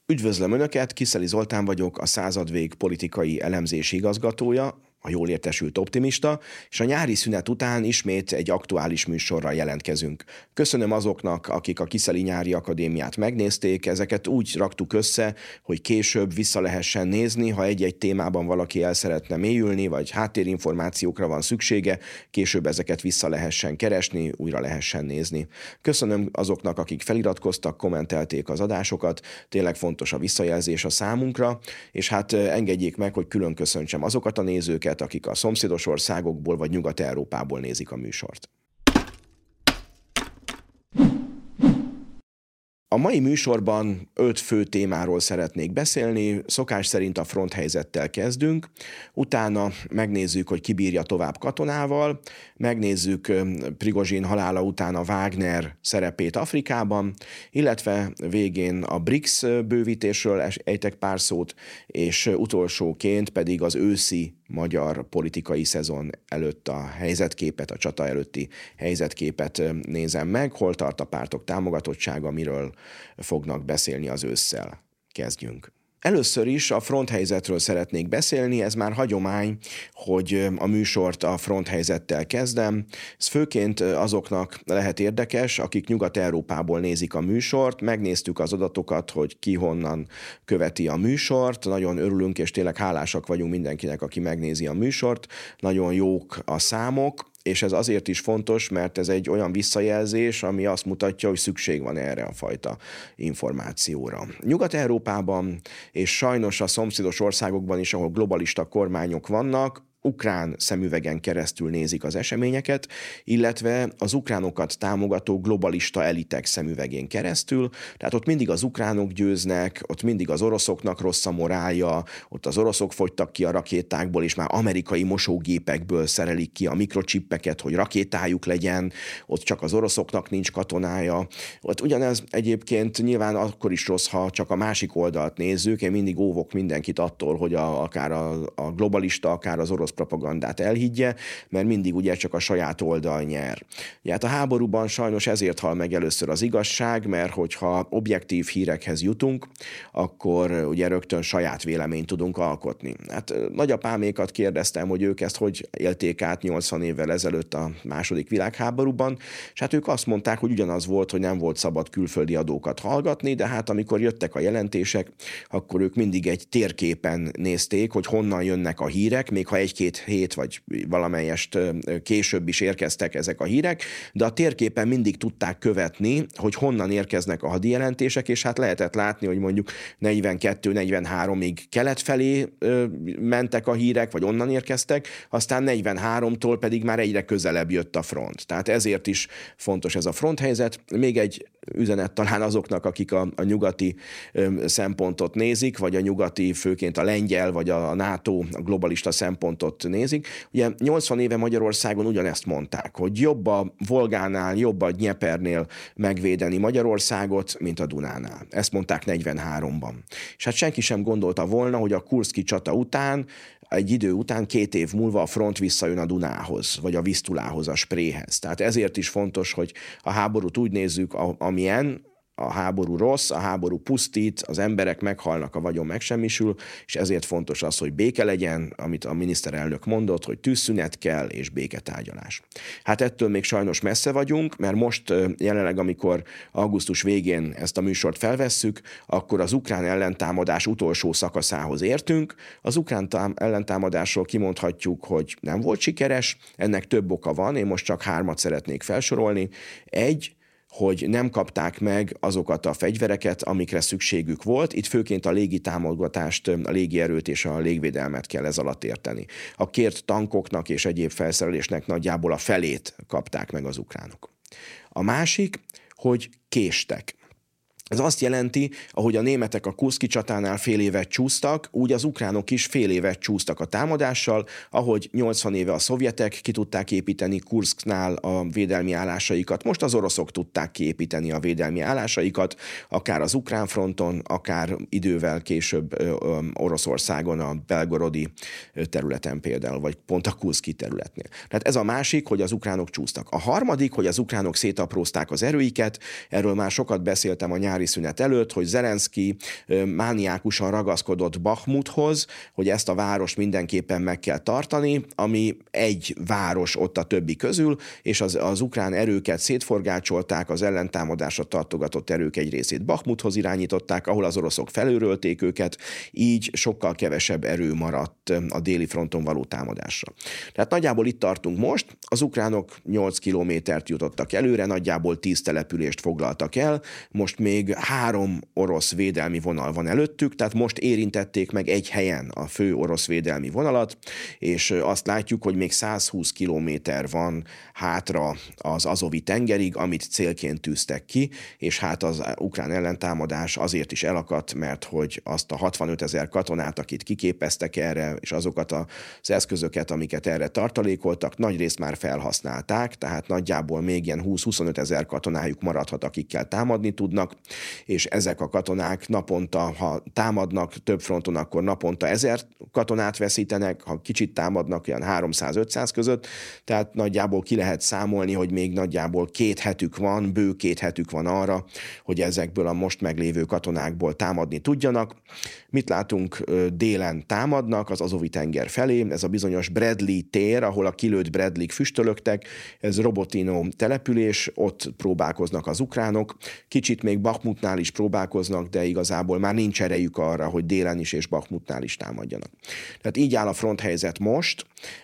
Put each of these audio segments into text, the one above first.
Üdvözlöm Önöket, Kiszeli Zoltán vagyok, a Századvég politikai elemzési igazgatója, a jól értesült optimista, és a nyári szünet után ismét egy aktuális műsorral jelentkezünk. Köszönöm azoknak, akik a Kiszeli Nyári Akadémiát megnézték, ezeket úgy raktuk össze, hogy később vissza lehessen nézni, ha egy-egy témában valaki el szeretne mélyülni, vagy háttérinformációkra van szüksége, később ezeket vissza lehessen keresni, újra lehessen nézni. Köszönöm azoknak, akik feliratkoztak, kommentelték az adásokat, tényleg fontos a visszajelzés a számunkra, és hát engedjék meg, hogy külön köszöntsem azokat a nézőket, akik a szomszédos országokból vagy Nyugat-Európából nézik a műsort. A mai műsorban 5 fő témáról szeretnék beszélni, szokás szerint a fronthelyzettel kezdünk, utána megnézzük, hogy ki bírja tovább katonával, megnézzük Prigozsin halála után a Wagner szerepét Afrikában, illetve végén a BRICS bővítésről ejtek pár szót, és utolsóként pedig az őszi magyar politikai szezon előtt a helyzetképet, a csata előtti helyzetképet nézem meg, hol tart a pártok támogatottsága, miről fognak beszélni az ősszel. Kezdjünk. Először is a fronthelyzetről szeretnék beszélni, ez már hagyomány, hogy a műsort a fronthelyzettel kezdem. Ez főként azoknak lehet érdekes, akik Nyugat-Európából nézik a műsort, megnéztük az adatokat, hogy ki honnan követi a műsort, nagyon örülünk és tényleg hálásak vagyunk mindenkinek, aki megnézi a műsort, nagyon jók a számok, és ez azért is fontos, mert ez egy olyan visszajelzés, ami azt mutatja, hogy szükség van erre a fajta információra. Nyugat-Európában és sajnos a szomszédos országokban is, ahol globalista kormányok vannak, ukrán szemüvegen keresztül nézik az eseményeket, illetve az ukránokat támogató globalista elitek szemüvegén keresztül, tehát ott mindig az ukránok győznek, ott mindig az oroszoknak rossz a morálja, ott az oroszok fogytak ki a rakétákból, és már amerikai mosógépekből szerelik ki a mikrocsippeket, hogy rakétájuk legyen, ott csak az oroszoknak nincs katonája. Ott ugyanez egyébként nyilván akkor is rossz, ha csak a másik oldalt nézzük, én mindig óvok mindenkit attól, hogy akár a globalista, akár az orosz propagandát elhiggye, mert mindig ugye csak a saját oldal nyer. Ugye, hát a háborúban sajnos ezért hal meg először az igazság, mert hogyha objektív hírekhez jutunk, akkor ugye rögtön saját véleményt tudunk alkotni. Hát nagyapámékat kérdeztem, hogy ők ezt hogy élték át 80 évvel ezelőtt a második világháborúban, és hát ők azt mondták, hogy ugyanaz volt, hogy nem volt szabad külföldi adókat hallgatni, de hát amikor jöttek a jelentések, akkor ők mindig egy térképen nézték, hogy honnan jönnek a hírek, még ha egy-két hét vagy valamelyest később is érkeztek ezek a hírek, de a térképen mindig tudták követni, hogy honnan érkeznek a hadijelentések, és hát lehetett látni, hogy mondjuk 42-43-ig kelet felé mentek a hírek, vagy onnan érkeztek, aztán 43-tól pedig már egyre közelebb jött a front. Tehát ezért is fontos ez a fronthelyzet. Még egy üzenet talán azoknak, akik a nyugati szempontot nézik, vagy a nyugati, főként a lengyel, vagy a NATO, a globalista szempontot nézik. Ugye 80 éve Magyarországon ugyanezt mondták, hogy jobb a Volgánál, jobb a Dnyepernél megvédeni Magyarországot, mint a Dunánál. Ezt mondták 43-ban. És hát senki sem gondolta volna, hogy a kurszki csata után, egy idő után 2 év múlva a front visszajön a Dunához, vagy a Visztulához, a Spréhez. Tehát ezért is fontos, hogy a háborút úgy nézzük, amilyen, a háború rossz, a háború pusztít, az emberek meghalnak, a vagyon megsemmisül, és ezért fontos az, hogy béke legyen, amit a miniszterelnök mondott, hogy tűzszünet kell és béketárgyalás. Hát ettől még sajnos messze vagyunk, mert most jelenleg, amikor augusztus végén ezt a műsort felvesszük, akkor az ukrán ellentámadás utolsó szakaszához értünk. Az ukrán ellentámadásról kimondhatjuk, hogy nem volt sikeres, ennek több oka van, én most csak 3 szeretnék felsorolni. Hogy nem kapták meg azokat a fegyvereket, amikre szükségük volt. Itt főként a légi támogatást, a légierőt és a légvédelmet kell ez alatt érteni. A kért tankoknak és egyéb felszerelésnek nagyjából a felét kapták meg az ukránok. A másik, hogy késtek. Ez azt jelenti, ahogy a németek a kurszki csatánál fél évet csúsztak, úgy az ukránok is fél évet csúsztak a támadással, ahogy 80 éve a szovjetek ki tudták építeni Kurszknál a védelmi állásaikat. Most az oroszok tudták kiépíteni a védelmi állásaikat, akár az ukrán fronton, akár idővel később Oroszországon, a belgorodi területen például, vagy pont a kurszki területnél. Tehát ez a másik, hogy az ukránok csúsztak. A harmadik, hogy az ukránok szétaprózták az erőiket, erről már sokat beszéltem a nyári nyári szünet előtt, hogy Zelenszkij mániákusan ragaszkodott Bahmuthoz, hogy ezt a várost mindenképpen meg kell tartani, ami egy város ott a többi közül, és az ukrán erőket szétforgácsolták, az ellentámadásra tartogatott erők egy részét Bahmuthoz irányították, ahol az oroszok felőrölték őket, így sokkal kevesebb erő maradt a déli fronton való támadásra. Tehát nagyjából itt tartunk most, az ukránok 8 kilométert jutottak előre, nagyjából 10 települést foglaltak el, most még 3 orosz védelmi vonal van előttük, tehát most érintették meg egy helyen a fő orosz védelmi vonalat, és azt látjuk, hogy még 120 kilométer van hátra az Azovi tengerig, amit célként tűztek ki, és hát az ukrán ellentámadás azért is elakadt, mert hogy azt a 65 000 katonát, akit kiképeztek erre, és azokat az eszközöket, amiket erre tartalékoltak, nagyrészt már felhasználták, tehát nagyjából még ilyen 20-25 000 katonájuk maradhat, akikkel támadni tudnak, és ezek a katonák naponta, ha támadnak több fronton, akkor naponta 1000 katonát veszítenek, ha kicsit támadnak, olyan 300-500 között, tehát nagyjából ki lehet számolni, hogy még nagyjából 2 hetük van, bő 2 hetük van arra, hogy ezekből a most meglévő katonákból támadni tudjanak. Mit látunk? Délen támadnak az Azovi tenger felé, ez a bizonyos Bradley tér, ahol a kilőtt Bradleyk füstölögtek, ez Robotino település, ott próbálkoznak az ukránok, kicsit még Bahmutnál is próbálkoznak, de igazából már nincs erejük arra, hogy délen is és Bahmutnál is támadjanak. Tehát így áll a fronthelyzet most,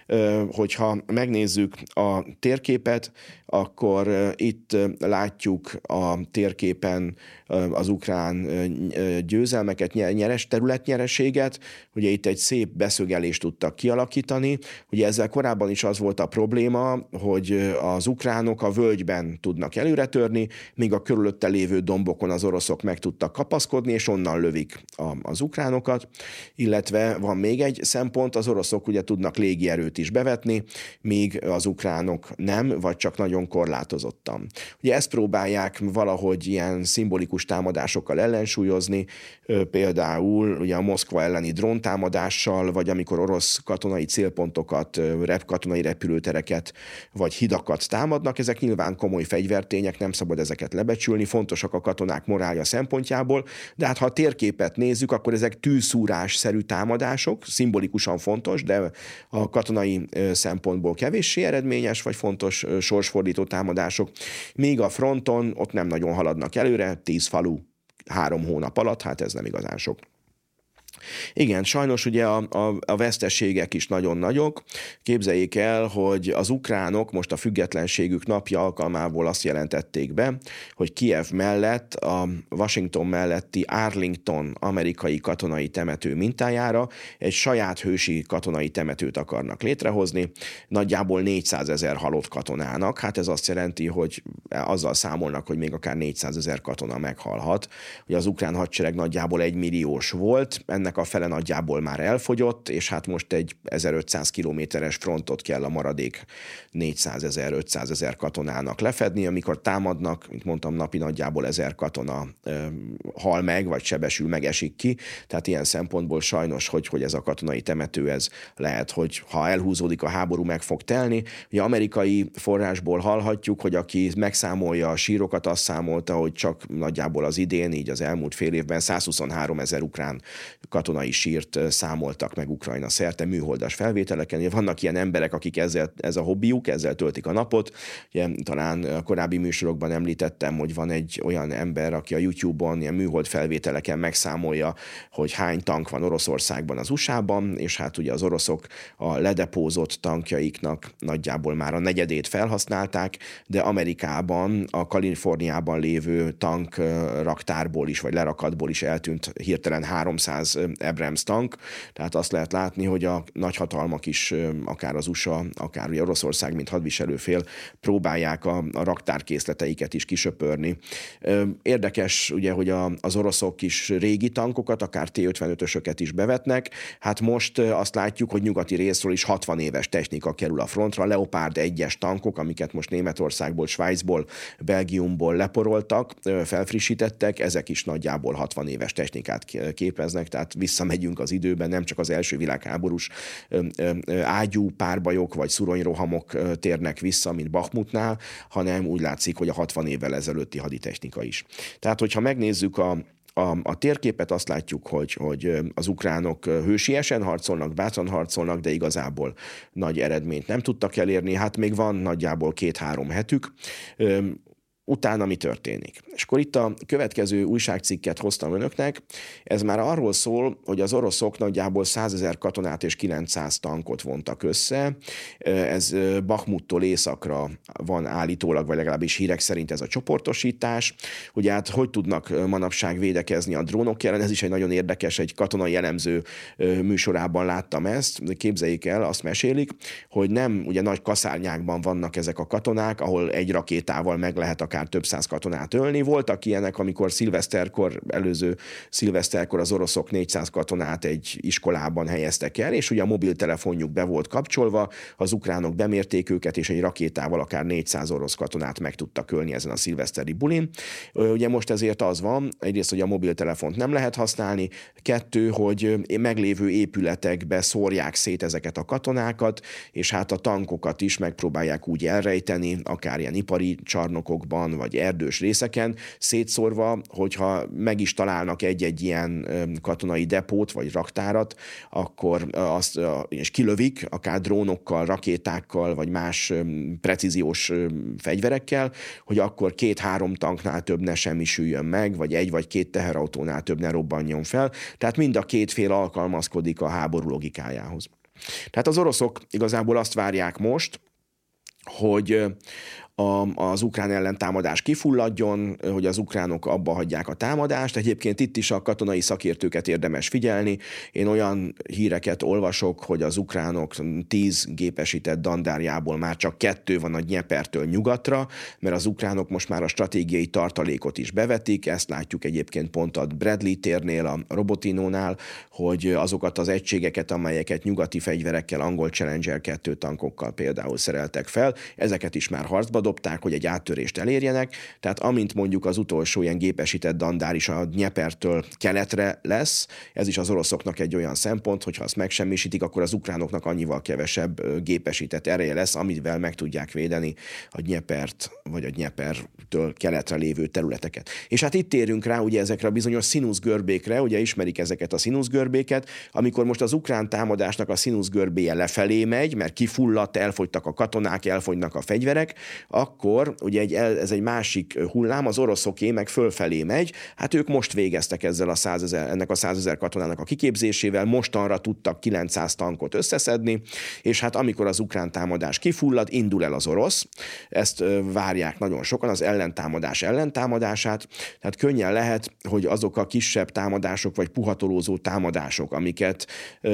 hogyha megnézzük a térképet, akkor itt látjuk a térképen az ukrán győzelmeket, területnyereséget. Ugye itt egy szép beszögelést tudtak kialakítani. Ugye ezzel korábban is az volt a probléma, hogy az ukránok a völgyben tudnak előretörni, míg a körülötte lévő dombokon az oroszok meg tudtak kapaszkodni, és onnan lövik az ukránokat. Illetve van még egy szempont, az oroszok ugye tudnak légierőt is bevetni, míg az ukránok nem, vagy csak nagyon korlátozottan. Ugye ezt próbálják valahogy ilyen szimbolikus támadásokkal ellensúlyozni, például ugye a Moszkva elleni dróntámadással, vagy amikor orosz katonai célpontokat, katonai repülőtereket, vagy hidakat támadnak, ezek nyilván komoly fegyvertények, nem szabad ezeket lebecsülni, fontosak a katonák morálja szempontjából, de hát ha a térképet nézzük, akkor ezek tűzszúrásszerű támadások, szimbolikusan fontos, de a katonai szempontból kevéssé eredményes, vagy fontos sorsfordító támadások, míg a fronton ott nem nagyon haladnak előre, 10 falu 3 hónap alatt, hát ez nem igazán sok. Igen, sajnos ugye a veszteségek is nagyon nagyok. Képzeljék el, hogy az ukránok most a függetlenségük napja alkalmából azt jelentették be, hogy Kijev mellett, a Washington melletti Arlington amerikai katonai temető mintájára egy saját hősi katonai temetőt akarnak létrehozni, nagyjából 400 000 halott katonának. Hát ez azt jelenti, hogy azzal számolnak, hogy még akár 400 000 katona meghalhat. Ugye az ukrán hadsereg nagyjából 1 milliós volt, ennek a fele nagyjából már elfogyott, és hát most egy 1500 kilométeres frontot kell a maradék 400 000, 500 000 katonának lefedni, amikor támadnak, mint mondtam, napi nagyjából 1000 katona hal meg, vagy sebesül, megesik ki, tehát ilyen szempontból sajnos, hogy ez a katonai temető, ez lehet, hogy ha elhúzódik a háború, meg fog telni. Ugye amerikai forrásból hallhatjuk, hogy aki megszámolja a sírokat, azt számolta, hogy csak nagyjából az idén, így az elmúlt fél évben 123 000 ukrán katonai sírt számoltak meg Ukrajna szerte műholdas felvételeken. Vannak ilyen emberek, akik ez a hobbiuk, ezzel töltik a napot. Ugye, talán a korábbi műsorokban említettem, hogy van egy olyan ember, aki a YouTube-on ilyen műhold felvételeken megszámolja, hogy hány tank van Oroszországban, az USA-ban, és hát ugye az oroszok a ledepózott tankjaiknak nagyjából már a negyedét felhasználták, de Amerikában, a Kaliforniában lévő tankraktárból is, vagy lerakatból is eltűnt hirtelen 300 Abrams tank, tehát azt lehet látni, hogy a nagyhatalmak is, akár az USA, akár ugye Oroszország, mint hadviselőfél próbálják a raktárkészleteiket is kisöpörni. Érdekes ugye, hogy az oroszok is régi tankokat, akár T-55-ösöket is bevetnek, hát most azt látjuk, hogy nyugati részről is 60 éves technika kerül a frontra, Leopard 1-es tankok, amiket most Németországból, Svájcból, Belgiumból leporoltak, felfrissítettek, ezek is nagyjából 60 éves technikát képeznek, tehát visszamegyünk az időben, nem csak az első világháborús ágyú párbajok vagy szuronyrohamok térnek vissza, mint Bakhmutnál, hanem úgy látszik, hogy a 60 évvel ezelőtti haditechnika is. Tehát, hogyha megnézzük a térképet, azt látjuk, hogy az ukránok hősiesen harcolnak, bátran harcolnak, de igazából nagy eredményt nem tudtak elérni. Hát még van nagyjából 2-3 hetük. Utána mi történik? És akkor itt a következő újságcikket hoztam önöknek. Ez már arról szól, hogy az oroszok nagyjából 100 000 katonát és 900 tankot vontak össze. Ez Bakhmuttól északra van állítólag, vagy legalábbis hírek szerint ez a csoportosítás. Ugye hát hogy tudnak manapság védekezni a drónok ellen? Ez is egy nagyon érdekes, egy katonai elemző műsorában láttam ezt. Képzeljék el, azt mesélik, hogy nem ugye nagy kaszárnyákban vannak ezek a katonák, ahol egy rakétával meg lehet akár több száz katonát ölni. Voltak ilyenek, amikor előző szilveszterkor az oroszok 400 katonát egy iskolában helyeztek el, és ugye a mobiltelefonjuk be volt kapcsolva, az ukránok bemérték őket, és egy rakétával akár 400 orosz katonát meg tudtak ölni ezen a szilveszteri bulin. Ugye most ezért az van, egyrészt, hogy a mobiltelefont nem lehet használni, 2, hogy meglévő épületekbe szórják szét ezeket a katonákat, és hát a tankokat is megpróbálják úgy elrejteni, akár ilyen ipari csarnokokban, vagy erdős részeken szétszórva, hogyha meg is találnak egy-egy ilyen katonai depót, vagy raktárat, akkor azt és kilövik, akár drónokkal, rakétákkal, vagy más precíziós fegyverekkel, hogy akkor 2-3 tanknál több ne semmisüljön meg, vagy 1 vagy 2 teherautónál több ne robbanjon fel. Tehát mind a két fél alkalmazkodik a háború logikájához. Tehát az oroszok igazából azt várják most, hogy az ukrán ellentámadás kifulladjon, hogy az ukránok abba hagyják a támadást. Egyébként itt is a katonai szakértőket érdemes figyelni. Én olyan híreket olvasok, hogy az ukránok 10 gépesített dandárjából már csak 2 van a Dnyepertől nyugatra, mert az ukránok most már a stratégiai tartalékot is bevetik. Ezt látjuk egyébként pont a Bradley térnél, a Robotinónál, hogy azokat az egységeket, amelyeket nyugati fegyverekkel, angol Challenger 2 tankokkal például szereltek fel, ezeket is már harcba dobták, hogy egy áttörést elérjenek, tehát amint mondjuk az utolsó ilyen gépesített dandár is a Dnyepertől keletre lesz, ez is az oroszoknak egy olyan szempont, hogy ha azt megsemmisítik, akkor az ukránoknak annyival kevesebb gépesített ereje lesz, amivel meg tudják védeni a Dnyepert, vagy a Dnyepertől keletre lévő területeket. És hát itt térünk rá ugye ezekre a bizonyos színuszgörbékre, ugye ismerik ezeket a színuszgörbéket, amikor most az ukrán támadásnak a színuszgörbéje lefelé megy, mert kifulladt, elfogytak a katonák, elfogynak a fegyverek, akkor ugye ez egy másik hullám, az oroszoké meg fölfelé megy, hát ők most végeztek ezzel ennek a 100 000 katonának a kiképzésével, mostanra tudtak 900 tankot összeszedni, és hát amikor az ukrán támadás kifullad, indul el az orosz, ezt várják nagyon sokan, az ellentámadás ellentámadását, tehát könnyen lehet, hogy azok a kisebb támadások, vagy puhatolózó támadások, amiket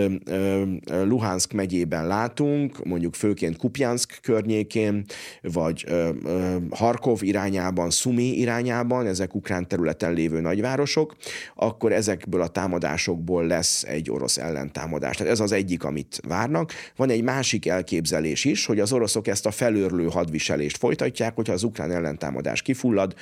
Luhanszk megyében látunk, mondjuk főként Kupjanszk környékén, vagy Harkov irányában, Szumi irányában, ezek ukrán területen lévő nagyvárosok, akkor ezekből a támadásokból lesz egy orosz ellentámadás. Tehát ez az egyik, amit várnak. Van egy másik elképzelés is, hogy az oroszok ezt a felőrlő hadviselést folytatják, hogyha az ukrán ellentámadás kifullad,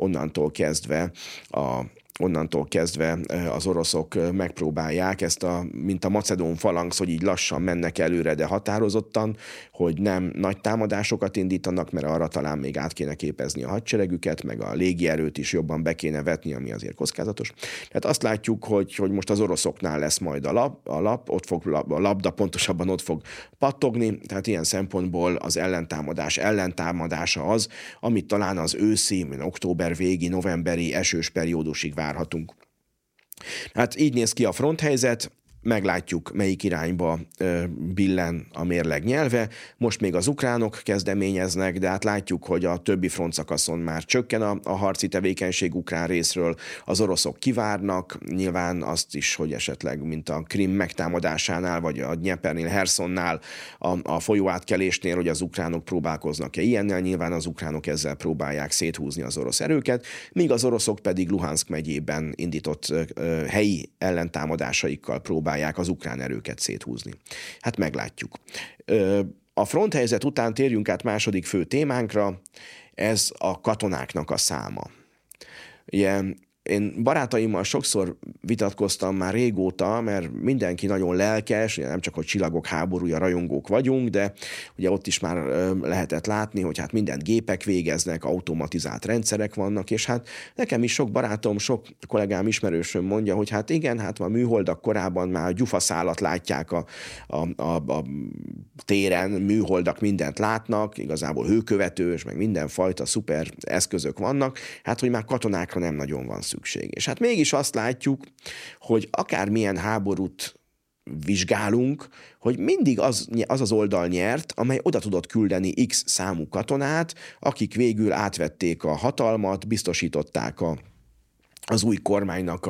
onnantól kezdve az oroszok megpróbálják ezt mint a macedón falanx, hogy így lassan mennek előre, de határozottan, hogy nem nagy támadásokat indítanak, mert arra talán még át kéne képezni a hadseregüket, meg a légierőt is jobban be kéne vetni, ami azért kockázatos. Tehát azt látjuk, hogy most az oroszoknál lesz majd a labda pontosabban ott fog pattogni, tehát ilyen szempontból az ellentámadása az, amit talán az őszi, október végi, novemberi esős periódusig várhatunk. Hát így néz ki a fronthelyzet, meglátjuk, melyik irányba billen a mérleg nyelve. Most még az ukránok kezdeményeznek, de hát látjuk, hogy a többi frontszakaszon már csökken a harci tevékenység ukrán részről, az oroszok kivárnak, nyilván azt is, hogy esetleg, mint a Krim megtámadásánál, vagy a Dnyepernél, Hersonnál, a folyóátkelésnél, hogy az ukránok próbálkoznak-e ilyennel, nyilván az ukránok ezzel próbálják széthúzni az orosz erőket, míg az oroszok pedig Luhanszk megyében indított helyi ellentámadásaikkal próbálják az ukrán erőket széthúzni. Hát meglátjuk. A fronthelyzet után térjünk át második fő témánkra, ez a katonáknak a száma. Ugye Én barátaimmal sokszor vitatkoztam már régóta, mert mindenki nagyon lelkes, nem csak, hogy Csillagok háborúja rajongók vagyunk, de ugye ott is már lehetett látni, hogy hát mindent gépek végeznek, automatizált rendszerek vannak, és hát nekem is sok barátom, sok kollégám, ismerősöm mondja, hogy hát igen, hát a műholdak korában már a gyufaszálat látják a téren, műholdak mindent látnak, igazából hőkövetős, meg mindenfajta szuper eszközök vannak, hát hogy már katonákra nem nagyon van szükség. És hát mégis azt látjuk, hogy akármilyen háborút vizsgálunk, hogy mindig az oldal nyert, amely oda tudott küldeni X számú katonát, akik végül átvették a hatalmat, biztosították az új kormánynak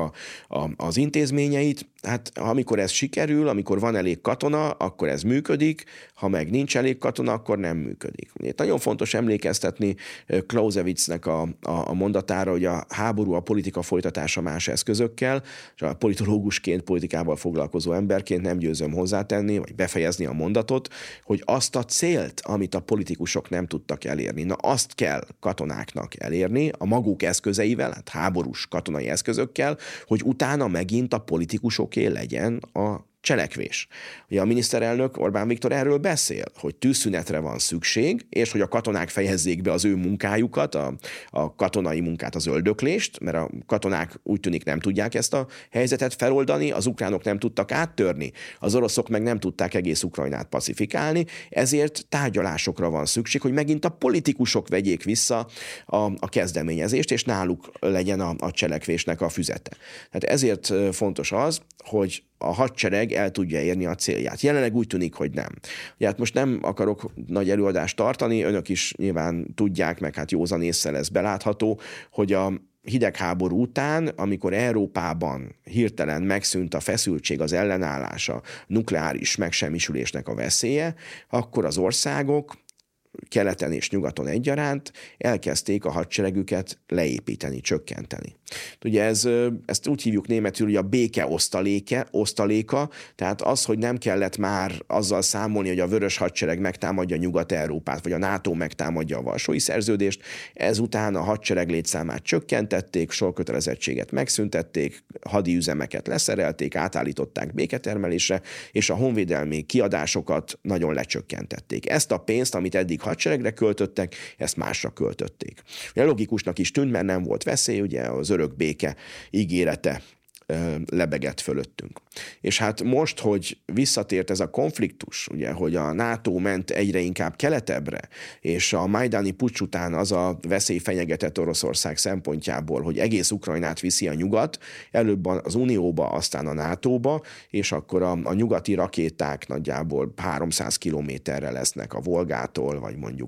az intézményeit. Hát amikor ez sikerül, amikor van elég katona, akkor ez működik, ha meg nincs elég katona, akkor nem működik. Itt nagyon fontos emlékeztetni Clausewitznek a mondatára, hogy a háború a politika folytatása más eszközökkel, és a politológusként, politikával foglalkozó emberként nem győzöm hozzátenni, vagy befejezni a mondatot, hogy azt a célt, amit a politikusok nem tudtak elérni, na azt kell katonáknak elérni, a maguk eszközeivel, hát háborús katonai eszközökkel, hogy utána megint a politikusoké legyen a cselekvés. Ugye a miniszterelnök Orbán Viktor erről beszél, hogy tűzszünetre van szükség, és hogy a katonák fejezzék be az ő munkájukat, a katonai munkát, az öldöklést, mert a katonák úgy tűnik nem tudják ezt a helyzetet feloldani, az ukránok nem tudtak áttörni, az oroszok meg nem tudták egész Ukrajnát pacifikálni, ezért tárgyalásokra van szükség, hogy megint a politikusok vegyék vissza a kezdeményezést, és náluk legyen a cselekvésnek a füzete. Tehát ezért fontos az, hogy a hadsereg el tudja érni a célját. Jelenleg úgy tűnik, hogy nem. Ugye hát most nem akarok nagy előadást tartani, önök is nyilván tudják, meg hát józan ésszel ez belátható, hogy a hidegháború után, amikor Európában hirtelen megszűnt a feszültség, az ellenállás, a nukleáris megsemmisülésnek a veszélye, akkor az országok keleten és nyugaton egyaránt elkezdték a hadseregüket leépíteni, csökkenteni. Ugye ezt úgy hívjuk németül, hogy a béke osztaléka, tehát az, hogy nem kellett már azzal számolni, hogy a vörös hadsereg megtámadja Nyugat-Európát, vagy a NATO megtámadja a Varsói Szerződést, ezután a hadsereg létszámát csökkentették, sorkötelezettséget megszüntették, hadi üzemeket leszerelték, átállították béketermelésre, és a honvédelmi kiadásokat nagyon lecsökkentették. Ezt a pénzt, amit eddig hadseregre költöttek, ezt másra költötték. Ugye logikusnak is tűnt, mert nem volt veszély, ugye az örök béke ígérete lebegett fölöttünk. És hát most, hogy visszatért ez a konfliktus, ugye, hogy a NATO ment egyre inkább keletebbre, és a majdani puccs után az a veszély fenyegetett Oroszország szempontjából, hogy egész Ukrajnát viszi a nyugat, előbb az Unióba, aztán a NATO-ba, és akkor a nyugati rakéták nagyjából 300 kilométerre lesznek a Volgától, vagy mondjuk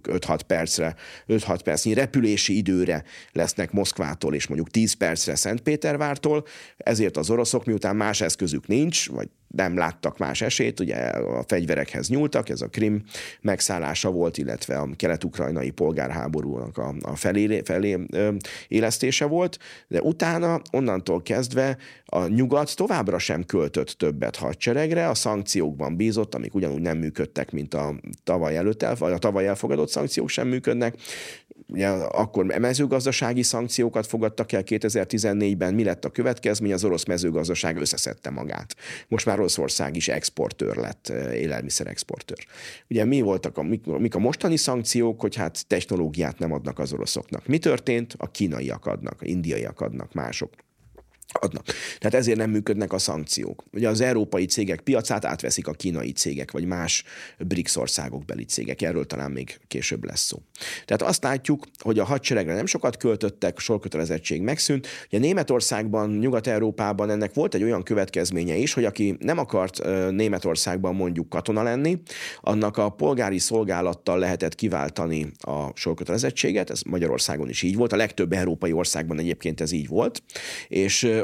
5-6 percnyi repülési időre lesznek Moszkvától, és mondjuk 10 percre Szentpétervártól, ezért az oroszok, miután más eszközük nincs, vagy nem láttak más esélyt, ugye a fegyverekhez nyúltak, ez a Krim megszállása volt, illetve a kelet-ukrajnai polgárháborúnak a felé élesztése volt, de utána, onnantól kezdve a nyugat továbbra sem költött többet hadseregre, a szankciókban bízott, amik ugyanúgy nem működtek, mint a tavaly elfogadott szankciók sem működnek. Ugye, akkor mezőgazdasági szankciókat fogadtak el 2014-ben, mi lett a következmény? Az orosz mezőgazdaság összeszedte magát. Most már Oroszország is exportőr lett, élelmiszer-exportőr. Ugye mik a mostani szankciók, hogy hát technológiát nem adnak az oroszoknak. Mi történt? A kínaiak adnak, a indiaiak adnak, mások adnak. Tehát ezért nem működnek a szankciók. Ugye az európai cégek piacát átveszik a kínai cégek, vagy más BRICS országok beli cégek. Erről talán még később lesz szó. Tehát azt látjuk, hogy a hadseregre nem sokat költöttek, a sorkötelezettség megszűnt. Ugye Németországban, Nyugat-Európában ennek volt egy olyan következménye is, hogy aki nem akart Németországban mondjuk katona lenni, annak a polgári szolgálattal lehetett kiváltani a sorkötelezettséget. Ez Magyarországon is így volt. A legtöbb európai országban egyébként ez így volt. És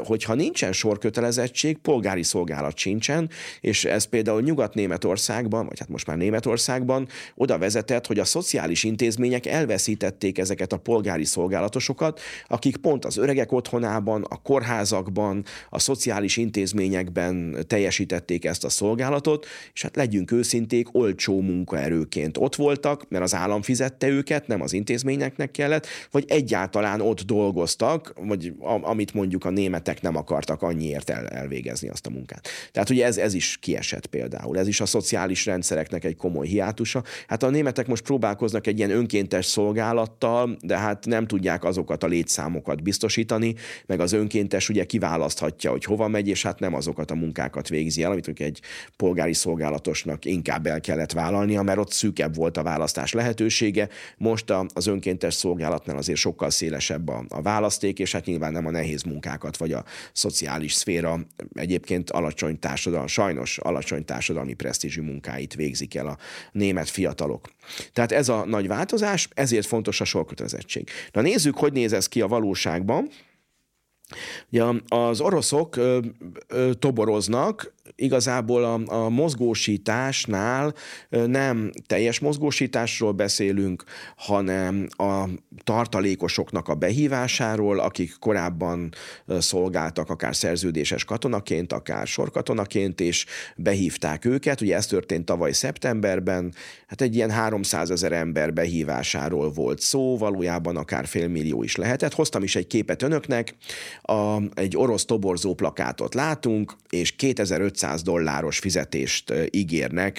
hogyha nincsen sorkötelezettség, polgári szolgálat sincsen, és ez például Nyugat-Németországban, vagy hát most már Németországban oda vezetett, hogy a szociális intézmények elveszítették ezeket a polgári szolgálatosokat, akik pont az öregek otthonában, a kórházakban, a szociális intézményekben teljesítették ezt a szolgálatot, és hát legyünk őszinték, olcsó munkaerőként ott voltak, mert az állam fizette őket, nem az intézményeknek kellett, vagy egyáltalán ott dolgoztak, vagy amit mondjuk a németek nem akartak annyiért elvégezni azt a munkát. Tehát ugye ez is kiesett például. Ez is a szociális rendszereknek egy komoly hiátusa. Hát a németek most próbálkoznak egy ilyen önkéntes szolgálattal, de hát nem tudják azokat a létszámokat biztosítani, meg az önkéntes ugye kiválaszthatja, hogy hova megy, és hát nem azokat a munkákat végzi el, amit egy polgári szolgálatosnak inkább el kellett vállalnia, mert ott szűkebb volt a választás lehetősége. Most az önkéntes szolgálatnál azért sokkal szélesebb a választék, és hát nyilván nem a nehéz munkákat, vagy a szociális szféra egyébként sajnos alacsony társadalmi presztízsű munkáit végzik el a német fiatalok. Tehát ez a nagy változás, ezért fontos a sorkötelezettség. Na nézzük, hogy néz ez ki a valóságban. Ugye az oroszok toboroznak, igazából a mozgósításnál nem teljes mozgósításról beszélünk, hanem a tartalékosoknak a behívásáról, akik korábban szolgáltak akár szerződéses katonaként, akár sorkatonaként, és behívták őket. Ugye ez történt tavaly szeptemberben, hát egy ilyen 300 000 ember behívásáról volt szó, valójában akár 500 000 is lehetett. Hoztam is egy képet önöknek, egy orosz toborzó plakátot látunk, és $2500 fizetést ígérnek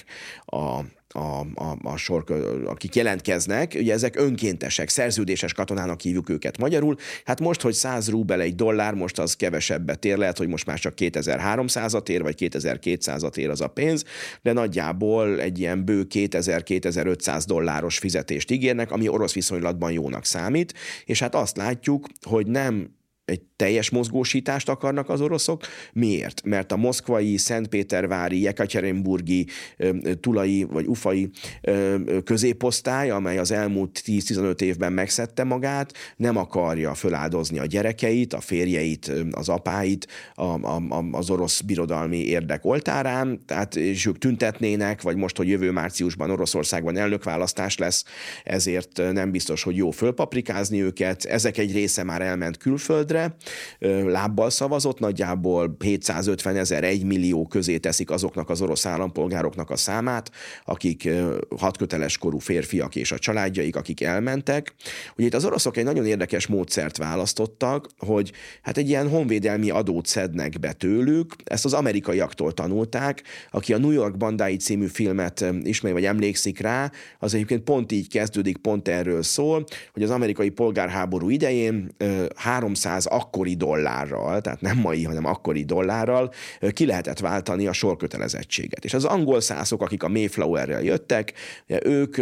akik jelentkeznek, ugye ezek önkéntesek, szerződéses katonának hívjuk őket magyarul. Hát most, hogy 100 rubel egy dollár, most az kevesebbet ér, lehet, hogy most már csak 2300-at ér, vagy 2200-at ér az a pénz, de nagyjából egy ilyen bő $2000-2500 fizetést ígérnek, ami orosz viszonylatban jónak számít, és hát azt látjuk, hogy nem egy teljes mozgósítást akarnak az oroszok. Miért? Mert a moszkvai, szentpétervári, jekatyerinburgi, tulai vagy ufai középosztály, amely az elmúlt 10-15 évben megszedte magát, nem akarja föláldozni a gyerekeit, a férjeit, az apáit az orosz birodalmi érdek oltárán, tehát és ők tüntetnének, vagy most, hogy jövő márciusban Oroszországban elnökválasztás lesz, ezért nem biztos, hogy jó fölpaprikázni őket. Ezek egy része már elment külföldre, lábbal szavazott, nagyjából 750 000, 1 millió közé teszik azoknak az orosz állampolgároknak a számát, akik hadköteles korú férfiak és a családjaik, akik elmentek. Ugye itt az oroszok egy nagyon érdekes módszert választottak, hogy hát egy ilyen honvédelmi adót szednek be tőlük, ezt az amerikaiaktól tanulták, aki a New York bandái című filmet ismeri, vagy emlékszik rá, az egyébként pont így kezdődik, pont erről szól, hogy az amerikai polgárháború idején 300 akkori dollárral, tehát nem mai, hanem akkori dollárral ki lehetett váltani a sorkötelezettséget. És az angol szászok, akik a Mayflowerrel jöttek, ők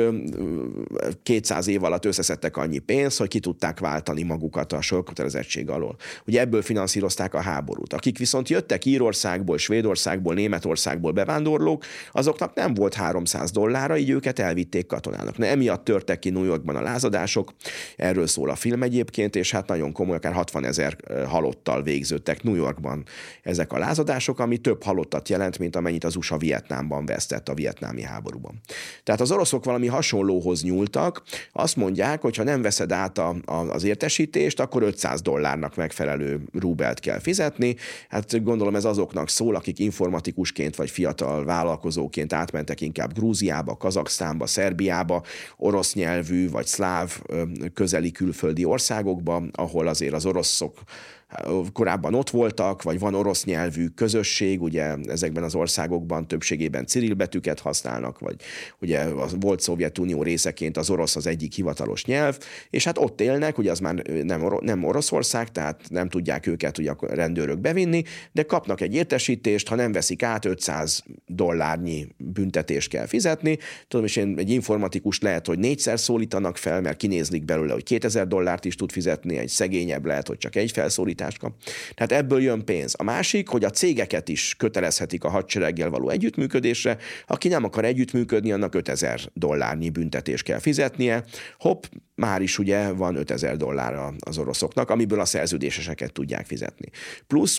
200 év alatt összeszedtek annyi pénzt, hogy ki tudták váltani magukat a sorkötelezettség alól. Ugye ebből finanszírozták a háborút. Akik viszont jöttek Írországból, Svédországból, Németországból bevándorlók, azoknak nem volt 300 dollárra, így őket elvitték katonának. Emiatt törtek ki New Yorkban a lázadások, erről szól a film egyébként, és hát nagyon komoly, akár 60 000 halottal végződtek New Yorkban ezek a lázadások, ami több halottat jelent, mint amennyit az USA Vietnámban vesztett a vietnámi háborúban. Tehát az oroszok valami hasonlóhoz nyúltak, azt mondják, hogy ha nem veszed át az értesítést, akkor 500 dollárnak megfelelő rubelt kell fizetni. Hát gondolom ez azoknak szól, akik informatikusként vagy fiatal vállalkozóként átmentek inkább Grúziába, Kazaksztánba, Szerbiába, orosz nyelvű vagy szláv közeli külföldi országokba, ahol azért az oroszok korábban ott voltak, vagy van orosz nyelvű közösség, ugye ezekben az országokban többségében cirilbetűket használnak, vagy ugye a volt Szovjetunió részeként az orosz az egyik hivatalos nyelv, és hát ott élnek, ugye az már nem Oroszország, tehát nem tudják őket ugye a rendőrök bevinni, de kapnak egy értesítést, ha nem veszik át, 500 dollárnyi büntetést kell fizetni. Tudom, és egy informatikus lehet, hogy 4-szer szólítanak fel, mert kinézlik belőle, hogy 2000 dollárt is tud fizetni, egy szegényebb lehet, hogy csak egy felszólítás mozgósítást kap. Tehát ebből jön pénz. A másik, hogy a cégeket is kötelezhetik a hadsereggel való együttműködésre. Aki nem akar együttműködni, annak $5000 büntetés kell fizetnie. Hopp, már is ugye van $5000 az oroszoknak, amiből a szerződéseseket tudják fizetni. Plusz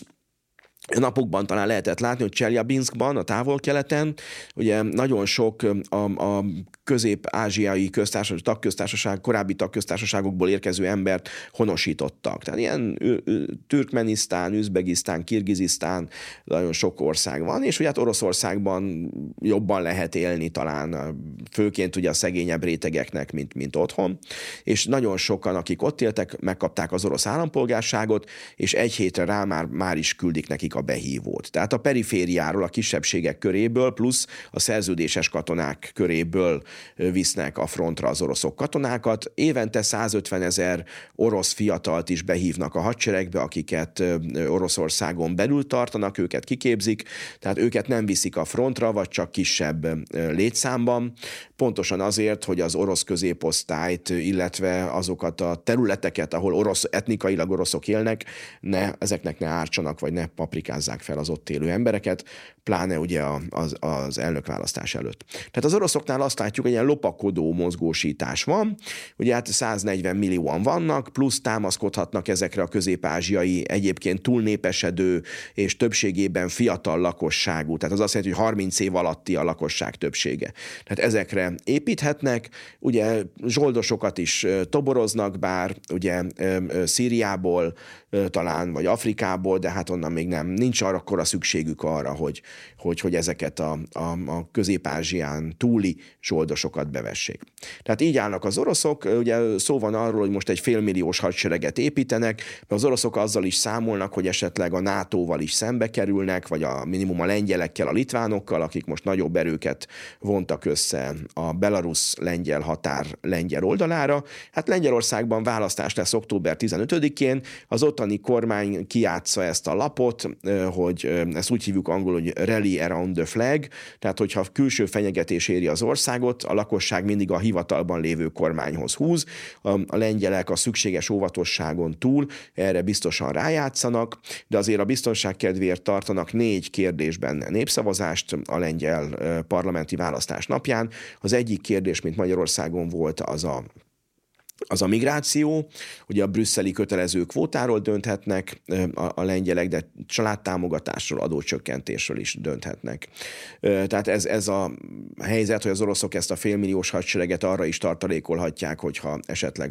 napokban talán lehetett látni, hogy Cseljabinszkban, a távol-keleten, ugye nagyon sok a közép-ázsiai tagköztársaság, korábbi tagköztársaságokból érkező embert honosítottak. Tehát ilyen Türkmenisztán, Üzbegisztán, Kirgizisztán, nagyon sok ország van, és ugye hát Oroszországban jobban lehet élni talán, főként ugye a szegényebb rétegeknek, mint otthon, és nagyon sokan, akik ott éltek, megkapták az orosz állampolgárságot, és egy hétre rá már is küldik nekik a behívót. Tehát a perifériáról, a kisebbségek köréből, plusz a szerződéses katonák köréből visznek a frontra az oroszok katonákat. Évente 150 000 orosz fiatalt is behívnak a hadseregbe, akiket Oroszországon belül tartanak, őket kiképzik, tehát őket nem viszik a frontra, vagy csak kisebb létszámban. Pontosan azért, hogy az orosz középosztályt, illetve azokat a területeket, ahol etnikailag oroszok élnek, ezeknek ne ártsanak, vagy ne paprikázzák fel az ott élő embereket, pláne ugye az elnökválasztás előtt. Tehát az oroszoknál azt látjuk, hogy ilyen lopakodó mozgósítás van, ugye hát 140 millióan vannak, plusz támaszkodhatnak ezekre a közép-ázsiai, egyébként túlnépesedő és többségében fiatal lakosságú, tehát az azt jelenti, hogy 30 év alatti a lakosság többsége. Tehát ezekre építhetnek, ugye zsoldosokat is toboroznak, bár ugye Szíriából talán, vagy Afrikából, de hát onnan még nincs akkora szükségük arra, hogy ezeket a Közép-Ázsián túli zsoldosokat bevessék. Tehát így állnak az oroszok, ugye szó van arról, hogy most egy félmilliós hadsereget építenek, mert az oroszok azzal is számolnak, hogy esetleg a NATO-val is szembe kerülnek, vagy a minimum a lengyelekkel, a litvánokkal, akik most nagyobb erőket vontak össze a belarusz-lengyel határ lengyel oldalára. Hát Lengyelországban választás lesz október 15-én, az ottani kormány kijátsza ezt a lapot, hogy ezt úgy hívjuk angolul, hogy rally around the flag, tehát hogyha külső fenyegetés éri az országot, a lakosság mindig a hivatalban lévő kormányhoz húz, a lengyelek a szükséges óvatosságon túl erre biztosan rájátszanak, de azért a biztonság kedvéért tartanak 4 kérdésben népszavazást a lengyel parlamenti választás napján. Az egyik kérdés, mint Magyarországon volt, az a migráció, ugye a brüsszeli kötelező kvótáról dönthetnek a lengyelek, de családtámogatásról, adócsökkentésről is dönthetnek. Tehát ez a helyzet, hogy az oroszok ezt a félmilliós hadsereget arra is tartalékolhatják, hogyha esetleg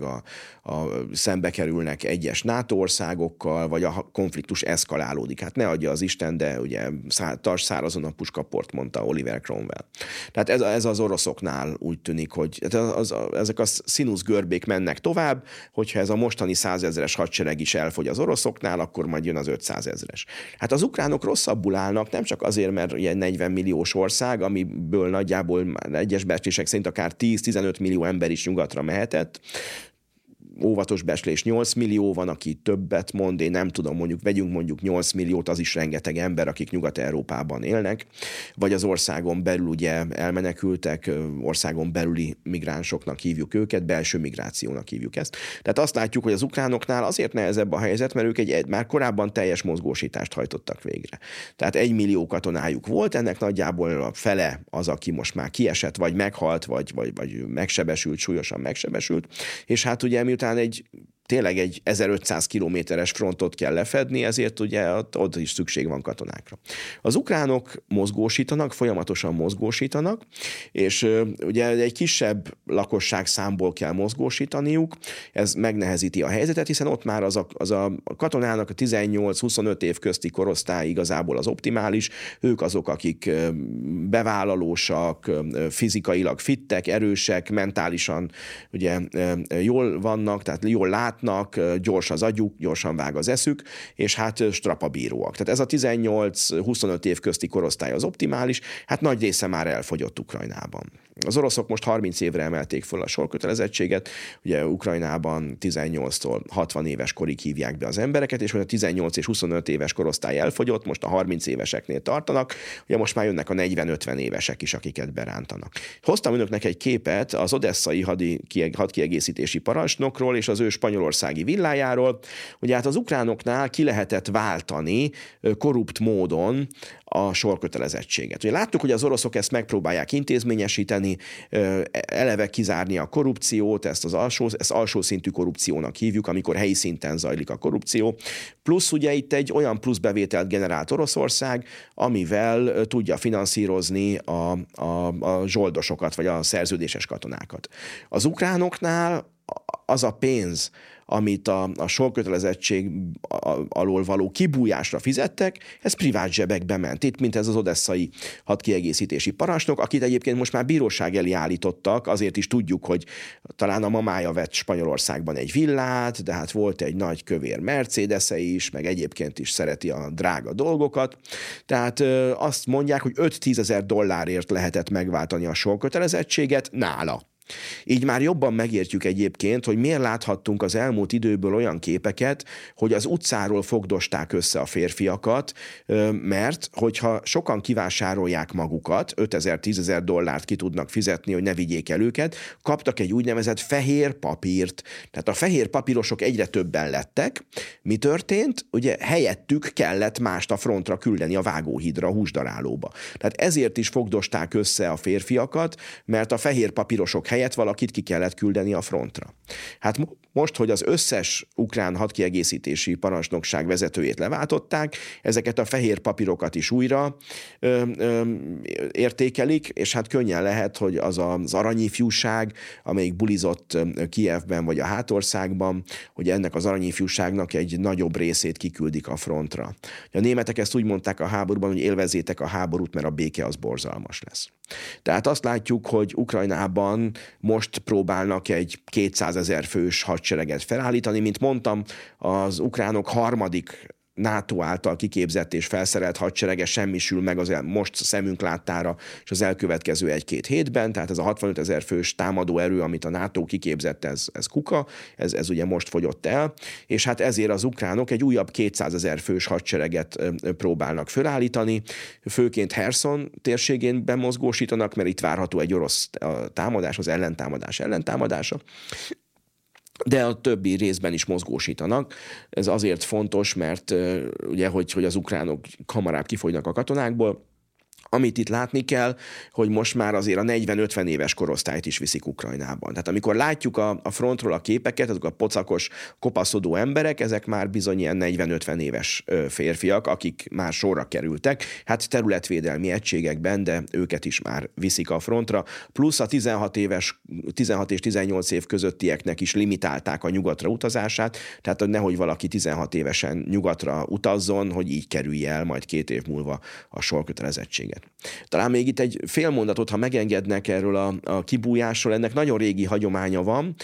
szembe kerülnek egyes NATO országokkal, vagy a konfliktus eszkalálódik. Hát ne adja az Isten, de ugye tarts szárazon a puskaport, mondta Oliver Cromwell. Tehát ez az oroszoknál úgy tűnik, hogy ezek a színuszgörbék mennek tovább, hogyha ez a mostani 100 000-es hadsereg is elfogy az oroszoknál, akkor majd jön az 500 000-es. Hát az ukránok rosszabbul állnak, nem csak azért, mert ugye 40 milliós ország, amiből nagyjából egyes becslések szerint akár 10-15 millió ember is nyugatra mehetett, óvatos becslés 8 millió van, aki többet mond, én nem tudom, vegyünk mondjuk 8 milliót, az is rengeteg ember, akik Nyugat-Európában élnek, vagy az országon belül ugye elmenekültek, országon belüli migránsoknak hívjuk őket, belső migrációnak hívjuk ezt. Tehát azt látjuk, hogy az ukránoknál azért nehezebb a helyzet, mert ők már korábban teljes mozgósítást hajtottak végre. Tehát 1 millió katonájuk volt, ennek nagyjából a fele az, aki most már kiesett, vagy meghalt, vagy megsebesült, súlyosan megsebesült, és hát ugye miután tényleg egy 1500 kilométeres frontot kell lefedni, ezért ugye ott is szükség van katonákra. Az ukránok mozgósítanak, folyamatosan mozgósítanak, és ugye egy kisebb lakosságszámból kell mozgósítaniuk, ez megnehezíti a helyzetet, hiszen ott már az a katonának a 18-25 év közti korosztály igazából az optimális, ők azok, akik bevállalósak, fizikailag fittek, erősek, mentálisan ugye jól vannak, tehát jól látnak, gyors az agyuk, gyorsan vág az eszük, és hát strapabíróak. Tehát ez a 18-25 év közti korosztály az optimális, hát nagy része már elfogyott Ukrajnában. Az oroszok most 30 évre emelték föl a sorkötelezettséget, ugye Ukrajnában 18-tól 60 éves korig hívják be az embereket, és hogy a 18 és 25 éves korosztály elfogyott, most a 30 éveseknél tartanak, ugye most már jönnek a 40-50 évesek is, akiket berántanak. Hoztam önöknek egy képet az odesszai hadkiegészítési parancsnokról és az ő spanyol spanyolországi villájáról. Ugye hát az ukránoknál ki lehetett váltani korrupt módon a sorkötelezettséget. Ugye láttuk, hogy az oroszok ezt megpróbálják intézményesíteni, eleve kizárni a korrupciót, ezt alsó szintű korrupciónak hívjuk, amikor helyi szinten zajlik a korrupció. Plusz ugye itt egy olyan plusz bevételt generált Oroszország, amivel tudja finanszírozni a zsoldosokat, vagy a szerződéses katonákat. Az ukránoknál az a pénz, amit a sorkötelezettség alól való kibújásra fizettek, ez privát zsebekbe ment. Itt, mint ez az odesszai hadkiegészítési parancsnok, akit egyébként most már bíróság elé állítottak, azért is tudjuk, hogy talán a mamája vett Spanyolországban egy villát, de hát volt egy nagy kövér Mercedes-e is, meg egyébként is szereti a drága dolgokat. Tehát azt mondják, hogy 5-10 ezer dollárért lehetett megváltani a sorkötelezettséget nála. Így már jobban megértjük egyébként, hogy miért láthattunk az elmúlt időből olyan képeket, hogy az utcáról fogdosták össze a férfiakat, mert hogyha sokan kivásárolják magukat, 5 000-10 000 dollárt ki tudnak fizetni, hogy ne vigyék el őket, kaptak egy úgynevezett fehér papírt. Tehát a fehér papírosok egyre többen lettek. Mi történt? Ugye helyettük kellett mást a frontra küldeni, a vágóhídra, a húsdarálóba. Tehát ezért is fogdosták össze a férfiakat, mert a fehér papírosok helyett valakit ki kellett küldeni a frontra. Hát most, hogy az összes ukrán hadkiegészítési parancsnokság vezetőjét leváltották, ezeket a fehér papírokat is újra értékelik, és hát könnyen lehet, hogy az az aranyifjúság, amelyik bulizott Kijevben vagy a hátországban, hogy ennek az aranyifjúságnak egy nagyobb részét kiküldik a frontra. A németek ezt úgy mondták a háborúban, hogy élvezzétek a háborút, mert a béke az borzalmas lesz. Tehát azt látjuk, hogy Ukrajnában most próbálnak egy 200 000 fős hadsereget felállítani. Mint mondtam, az ukránok harmadik NATO által kiképzett és felszerelt hadserege semmisül meg most szemünk láttára és az elkövetkező 1-2 hétben, tehát ez a 65 000 fős támadó erő, amit a NATO kiképzett, ez kuka, ez ugye most fogyott el, és hát ezért az ukránok egy újabb 200 000 fős hadsereget próbálnak felállítani, főként Herson térségén bemozgósítanak, mert itt várható egy orosz támadás, az ellentámadása. De a többi részben is mozgósítanak. Ez azért fontos, mert ugye, hogy az ukránok hamarabb kifogynak a katonákból. Amit itt látni kell, hogy most már azért a 40-50 éves korosztályt is viszik Ukrajnában. Tehát amikor látjuk a frontról a képeket, azok a pocakos, kopaszodó emberek, ezek már bizony ilyen 40-50 éves férfiak, akik már sorra kerültek, hát területvédelmi egységekben, de őket is már viszik a frontra. Plusz a 16 és 18 év közöttieknek is limitálták a nyugatra utazását, tehát nehogy valaki 16 évesen nyugatra utazzon, hogy így kerülje el majd 2 év múlva a sorkötelezettséget. Talán még itt egy fél mondatot, ha megengednek erről a kibújásról, ennek nagyon régi hagyománya van.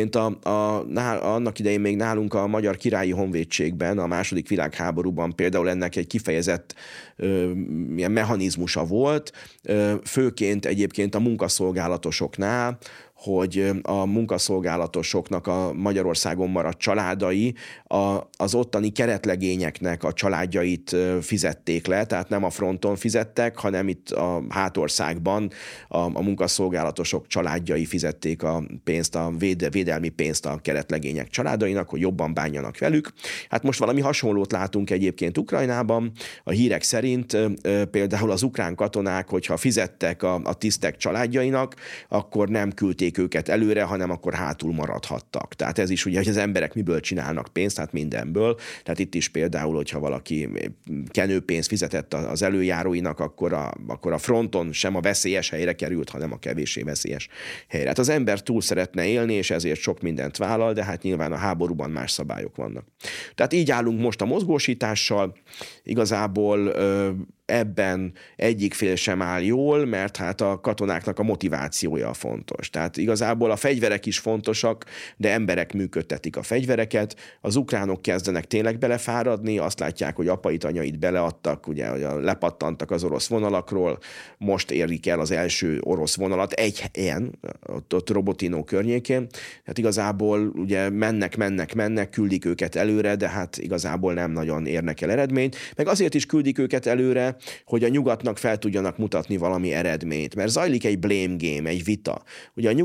Annak idején még nálunk a Magyar Királyi Honvédségben, a második világháborúban például ennek egy kifejezett ilyen mechanizmusa volt, főként egyébként a munkaszolgálatosoknál, hogy a munkaszolgálatosoknak a Magyarországon maradt családai az ottani keretlegényeknek a családjait fizették le, tehát nem a fronton fizettek, hanem itt a hátországban a munkaszolgálatosok családjai fizették a pénzt, a védelmi pénzt a keretlegények családainak, hogy jobban bánjanak velük. Hát most valami hasonlót látunk egyébként Ukrajnában. A hírek szerint például az ukrán katonák, hogyha fizettek a tisztek családjainak, akkor nem küldték őket előre, hanem akkor hátul maradhattak. Tehát ez is ugye, hogy az emberek miből csinálnak pénzt, hát mindenből. Tehát itt is például, hogyha valaki kenőpénzt fizetett az előjáróinak, akkor a fronton sem a veszélyes helyre került, hanem a kevéssé veszélyes helyre. Hát az ember túl szeretne élni, és ezért sok mindent vállal, de hát nyilván a háborúban más szabályok vannak. Tehát így állunk most a mozgósítással. Igazából ebben egyik fél sem áll jól, mert hát a katonáknak a motivációja fontos. Tehát igazából a fegyverek is fontosak, de emberek működtetik a fegyvereket. Az ukránok kezdenek tényleg belefáradni, azt látják, hogy apait, anyait beleadtak, ugye lepattantak az orosz vonalakról, most érik el az első orosz vonalat egy helyen, ott Robotyno környékén. Hát igazából ugye mennek, küldik őket előre, de hát igazából nem nagyon érnek el eredményt. Meg azért is küldik őket előre, hogy a nyugatnak fel tudjanak mutatni valami eredményt, mert zajlik egy blame game, egy vita. Ugye a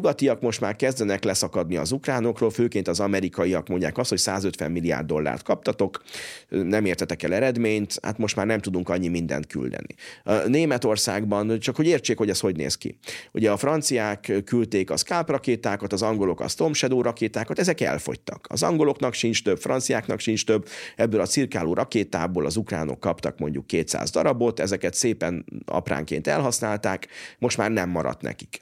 nyugatiak most már kezdenek leszakadni az ukránokról, főként az amerikaiak mondják azt, hogy $150 milliárd kaptatok, nem értetek el eredményt, hát most már nem tudunk annyi mindent küldeni. Németországban, csak hogy értsék, hogy ez hogy néz ki. Ugye a franciák küldték a Scalp rakétákat, az angolok a Storm Shadow rakétákat, ezek elfogytak. Az angoloknak sincs több, franciáknak sincs több, ebből a cirkáló rakétából az ukránok kaptak mondjuk 200 darabot, ezeket szépen apránként elhasználták, most már nem maradt nekik.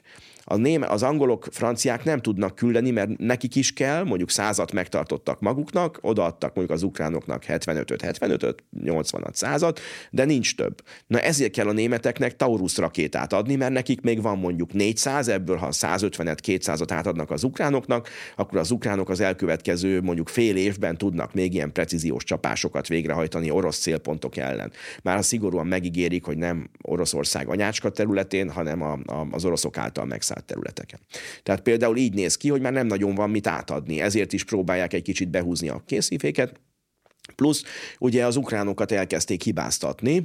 Az angolok, franciák nem tudnak küldeni, mert nekik is kell, mondjuk 100-at megtartottak maguknak, odaadtak mondjuk az ukránoknak 75-öt, 80-at, 100-at, de nincs több. Na ezért kell a németeknek Taurus rakétát adni, mert nekik még van mondjuk 400, ebből ha 150-et, 200-at átadnak az ukránoknak, akkor az ukránok az elkövetkező mondjuk fél évben tudnak még ilyen precíziós csapásokat végrehajtani orosz célpontok ellen. Már szigorúan megígérik, hogy nem Oroszország anyácska területén, hanem az oroszok által megszállt területeken. Tehát például így néz ki, hogy már nem nagyon van mit átadni, ezért is próbálják egy kicsit behúzni a késziféket. Plusz ugye az ukránokat elkezdték hibáztatni,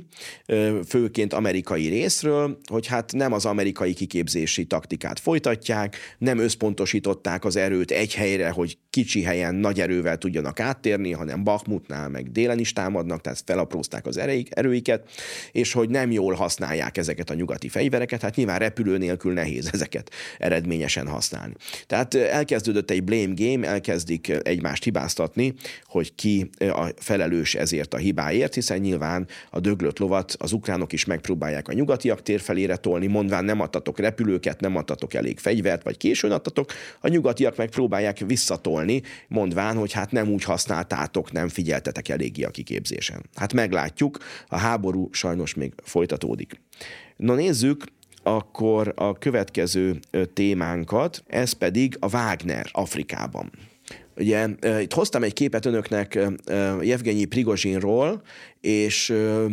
főként amerikai részről, hogy hát nem az amerikai kiképzési taktikát folytatják, nem összpontosították az erőt egy helyre, hogy kicsi helyen nagy erővel tudjanak áttérni, hanem Bakhmutnál meg délen is támadnak, tehát felaprózták az erőiket, és hogy nem jól használják ezeket a nyugati fegyvereket, hát nyilván repülő nélkül nehéz ezeket eredményesen használni. Tehát elkezdődött egy blame game, elkezdik egymást hibáztatni, hogy ki a felelős ezért a hibáért, hiszen nyilván a döglött lovat az ukránok is megpróbálják a nyugatiak térfelére tolni, mondván nem adtatok repülőket, nem adtatok elég fegyvert, vagy későn adtatok, a nyugatiak megpróbálják visszatolni, mondván, hogy hát nem úgy használtátok, nem figyeltetek eléggé a kiképzésen. Hát meglátjuk, a háború sajnos még folytatódik. Na nézzük akkor a következő témánkat, ez pedig a Wagner Afrikában. Ugye itt hoztam egy képet önöknek Jevgenyi Prigozsinról, és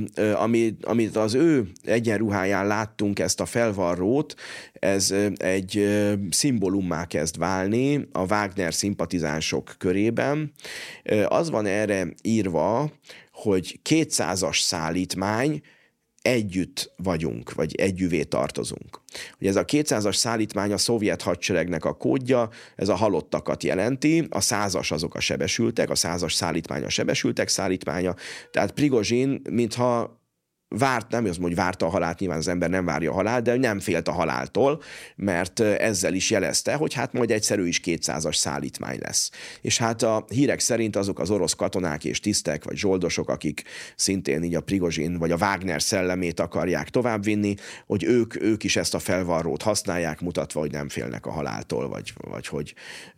amit az ő egyenruháján láttunk, ezt a felvarrót, ez egy szimbólummá kezd válni a Wagner szimpatizánsok körében. Az van erre írva, hogy 200-as szállítmány, együtt vagyunk, vagy együvé tartozunk. Ugye ez a 200-as szállítmány a szovjet hadseregnek a kódja, ez a halottakat jelenti, a 100-as azok a sebesültek, a 100-as szállítmány a sebesültek szállítmánya, tehát Prigozsin, mintha nem az, hogy várta a halált, nyilván az ember nem várja a halált, de nem félt a haláltól, mert ezzel is jelezte, hogy hát majd egyszer ő is 200-as szállítmány lesz. És hát a hírek szerint azok az orosz katonák és tisztek, vagy zsoldosok, akik szintén így a Prigozsin vagy a Wagner szellemét akarják továbbvinni, hogy ők is ezt a felvarrót használják, mutatva, hogy nem félnek a haláltól, vagy hogy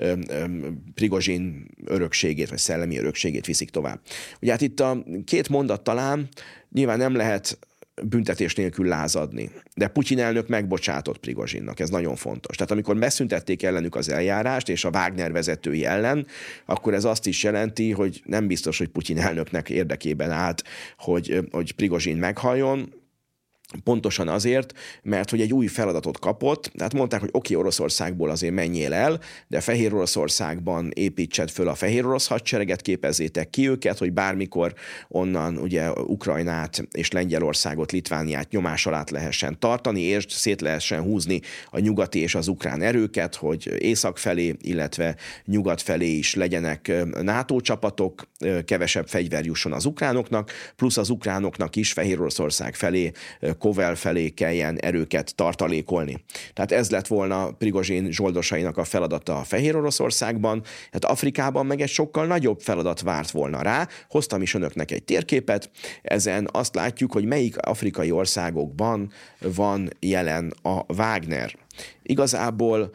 Prigozsin örökségét, vagy szellemi örökségét viszik tovább. Ugye hát itt a két mondat talán, nyilván nem lehet büntetés nélkül lázadni, de Putyin elnök megbocsátott Prigozsinnak, ez nagyon fontos. Tehát amikor megszüntették ellenük az eljárást, és a Wagner vezetői ellen, akkor ez azt is jelenti, hogy nem biztos, hogy Putyin elnöknek érdekében állt, hogy Prigozsin meghalljon, pontosan azért, mert hogy egy új feladatot kapott, tehát mondták, hogy oké, Oroszországból azért menjél el, de Fehér Oroszországban építsed föl a fehér orosz hadsereget, képezzétek ki őket, hogy bármikor onnan ugye Ukrajnát és Lengyelországot, Litvániát nyomás alá lehessen tartani, és szét lehessen húzni a nyugati és az ukrán erőket, hogy észak felé, illetve nyugat felé is legyenek NATO csapatok, kevesebb fegyver jusson az ukránoknak, plusz az ukránoknak is Fehér Oroszország felé, Kovel felé kelljen erőket tartalékolni. Tehát ez lett volna Prigozsin zsoldosainak a feladata a Fehér Oroszországban, hát Afrikában meg egy sokkal nagyobb feladat várt volna rá. Hoztam is önöknek egy térképet, ezen azt látjuk, hogy melyik afrikai országokban van jelen a Wagner. Igazából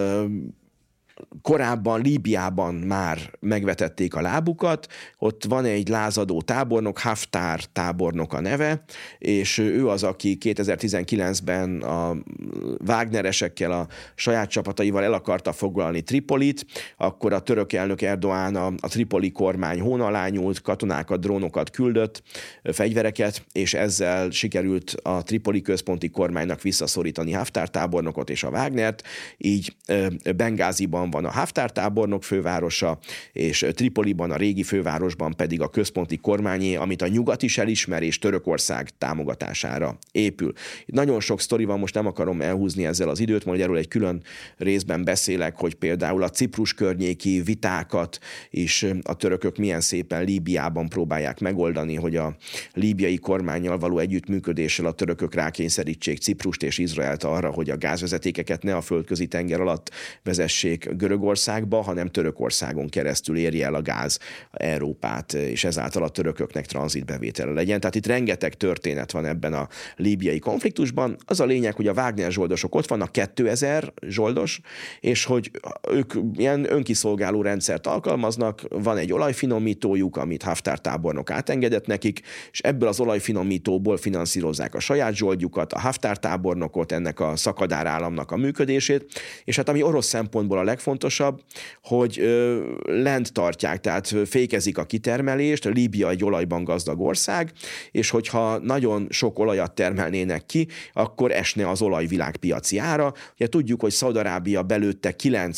korábban Líbiában már megvetették a lábukat, ott van egy lázadó tábornok, Haftar tábornok a neve, és ő az, aki 2019-ben a Wagneresekkel, a saját csapataival el akarta foglalni Tripolit, akkor a török elnök Erdoğan a tripoli kormány hón alá nyúlt, katonákat, drónokat küldött, fegyvereket, és ezzel sikerült a tripoli központi kormánynak visszaszorítani Haftar tábornokot és a Wagnert, így Bengáziban Tripoliban van a Haftar tábornok fővárosa, és Tripoliban, a régi fővárosban pedig a központi kormányé, amit a nyugat is elismer, és Törökország támogatására épül. Itt nagyon sok sztori van, most nem akarom elhúzni ezzel az időt, majd erről egy külön részben beszélek, hogy például a Ciprus környéki vitákat is a törökök milyen szépen Líbiában próbálják megoldani, hogy a líbiai kormánnyal való együttműködéssel a törökök rákényszerítsék Ciprust és Izraelt arra, hogy a gázvezetékeket ne a földközi tenger alatt vezessék Görögországba, hanem Törökországon keresztül érje el a gáz Európát, és ezáltal a törököknek tranzitbevétele legyen. Tehát itt rengeteg történet van ebben a líbiai konfliktusban. Az a lényeg, hogy a Wagner zsoldosok ott vannak, 2000 zsoldos, és hogy ők ilyen önkiszolgáló rendszert alkalmaznak, van egy olajfinomítójuk, amit Haftar tábornok átengedett nekik, és ebből az olajfinomítóból finanszírozzák a saját zsoldjukat, a Haftar tábornokot, ennek a szakadár államnak a működését, és hát ami orosz szempontból a legfontosabb, hogy lent tartják, tehát fékezik a kitermelést, Líbia egy olajban gazdag ország, és hogyha nagyon sok olajat termelnének ki, akkor esne az olaj világpiaci ára. Ugye tudjuk, hogy Szaúd-Arábia belőtte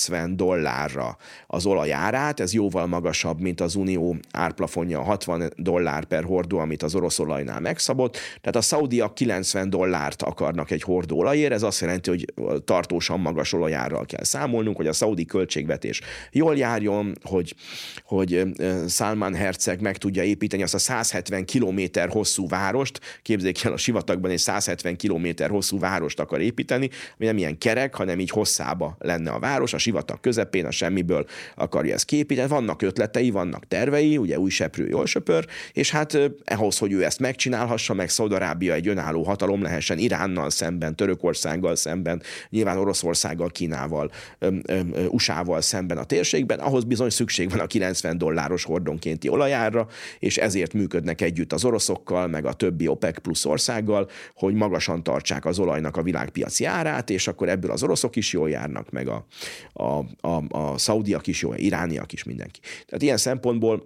$90 az olaj árát, ez jóval magasabb, mint az unió árplafonja, $60 per hordó, amit az orosz olajnál megszabott. Tehát a szaudiak $90 akarnak egy hordó olajért, ez azt jelenti, hogy tartósan magas olajárral kell számolnunk, hogy a szaudi költségvetés jól járjon, hogy Salman herceg meg tudja építeni azt a 170 kilométer hosszú várost, képzeljék el, a sivatagban egy 170 kilométer hosszú várost akar építeni, ami nem ilyen kerek, hanem így hosszába lenne a város, a sivatag közepén, a semmiből akarja ezt képíteni. Vannak ötletei, vannak tervei, ugye új seprő, jól söpör, és hát ahhoz, hogy ő ezt megcsinálhassa, meg Szaúd-Arábia egy önálló hatalom lehessen Iránnal szemben, Törökországgal szemben, nyilván Oroszországgal, Kínával, USA-val szemben a térségben, ahhoz bizony szükség van a $90 hordonkénti olajárra, és ezért működnek együtt az oroszokkal, meg a többi OPEC plusz országgal, hogy magasan tartsák az olajnak a világpiaci árát, és akkor ebből az oroszok is jól járnak, meg a szaudiak is jól, irániak is, mindenki. Tehát ilyen szempontból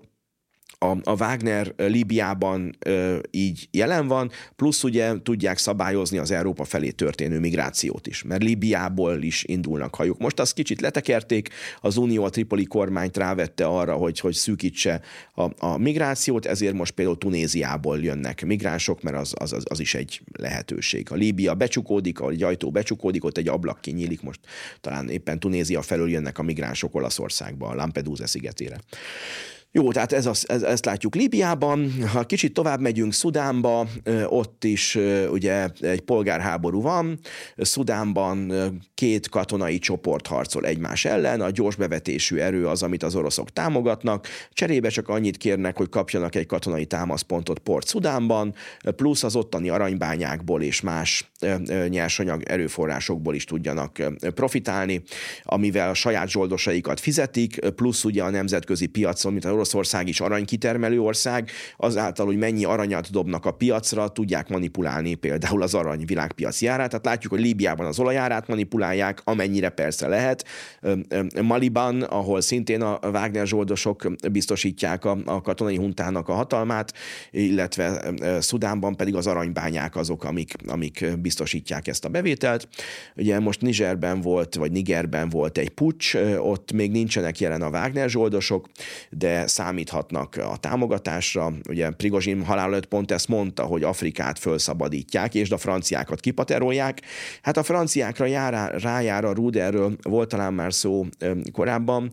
a Wagner Líbiában így jelen van, plusz ugye tudják szabályozni az Európa felé történő migrációt is, mert Líbiából is indulnak hajók. Most azt kicsit letekerték, az Unió a tripoli kormányt rávette arra, hogy szűkítse a migrációt, ezért most például Tunéziából jönnek migránsok, mert az is egy lehetőség. A Líbia becsukódik, ahogy egy ajtó becsukódik, ott egy ablak kinyílik, most talán éppen Tunézia felől jönnek a migránsok Olaszországba, a Lampedusa szigetére. Jó, tehát ezt látjuk Líbiában. Ha kicsit tovább megyünk Szudánba, ott is ugye egy polgárháború van. Szudánban két katonai csoport harcol egymás ellen. A gyors bevetésű erő az, amit az oroszok támogatnak. Cserébe csak annyit kérnek, hogy kapjanak egy katonai támaszpontot Port-Szudánban, plusz az ottani aranybányákból és más nyersanyag erőforrásokból is tudjanak profitálni, amivel a saját zsoldosaikat fizetik, plusz ugye a nemzetközi piacon, mint Oroszország is aranykitermelő ország, azáltal, hogy mennyi aranyat dobnak a piacra, tudják manipulálni például az arany világpiaci árát. Tehát látjuk, hogy Líbiában az olajárát manipulálják, amennyire persze lehet. Maliban, ahol szintén a Wagner zsoldosok biztosítják a katonai huntának a hatalmát, illetve Szudánban pedig az aranybányák azok, amik biztosítják ezt a bevételt. Ugye most Nigerben volt egy puccs, ott még nincsenek jelen a Wagner zsoldosok, de számíthatnak a támogatásra. Ugye Prigozsin halál előtt pont ezt mondta, hogy Afrikát fölszabadítják, és a franciákat kipaterolják. Hát a franciákra rájár a Ruderről, volt talán már szó korábban.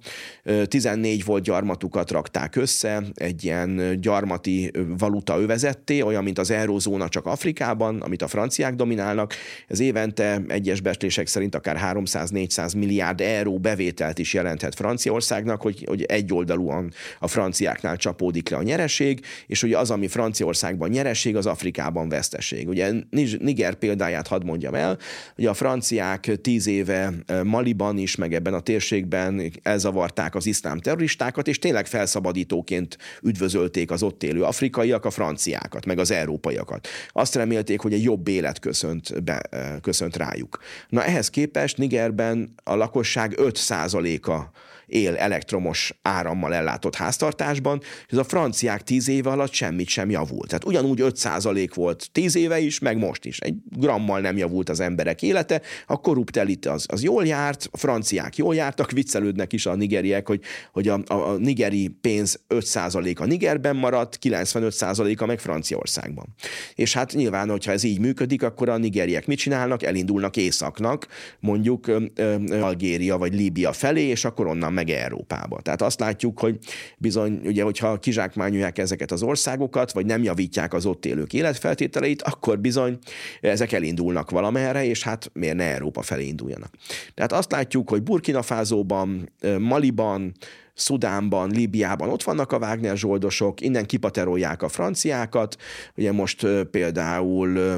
14 volt gyarmatukat rakták össze, egy ilyen gyarmati valuta övezetté, olyan, mint az eurózóna csak Afrikában, amit a franciák dominálnak. Ez évente egyes becslések szerint akár 300-400 milliárd euró bevételt is jelenthet Franciaországnak, hogy egyoldalúan a franciáknál csapódik le a nyereség, és ugye az, ami Franciaországban nyereség, az Afrikában veszteség. Ugye Niger példáját hadd mondjam el, hogy a franciák 10 éve Maliban is, meg ebben a térségben elzavarták az iszlám terroristákat, és tényleg felszabadítóként üdvözölték az ott élő afrikaiak a franciákat, meg az európaiakat. Azt remélték, hogy egy jobb élet köszönt rájuk. Na ehhez képest Nigerben a lakosság 5%-a él elektromos árammal ellátott háztartásban, és ez a franciák 10 éve alatt semmit sem javult. Tehát ugyanúgy 5% volt 10 éve is, meg most is. Egy grammal nem javult az emberek élete, a korrupt elit az jól járt, a franciák jól jártak, viccelődnek is a nigeriek, hogy a nigeri pénz 5%-a Nigerben maradt, 95%-a meg Franciaországban. És hát nyilván, hogyha ez így működik, akkor a nigeriek mit csinálnak? Elindulnak északnak, mondjuk Algéria vagy Líbia felé, és akkor onnan meg Európába. Tehát azt látjuk, hogy bizony, ugye, hogyha kizsákmányolják ezeket az országokat, vagy nem javítják az ott élők életfeltételeit, akkor bizony ezek elindulnak valamerre, és hát miért ne Európa felé induljanak. Tehát azt látjuk, hogy Burkina Fasóban, Maliban, Szudánban, Líbiában ott vannak a Wagner zsoldosok, innen kipaterolják a franciákat, ugye most például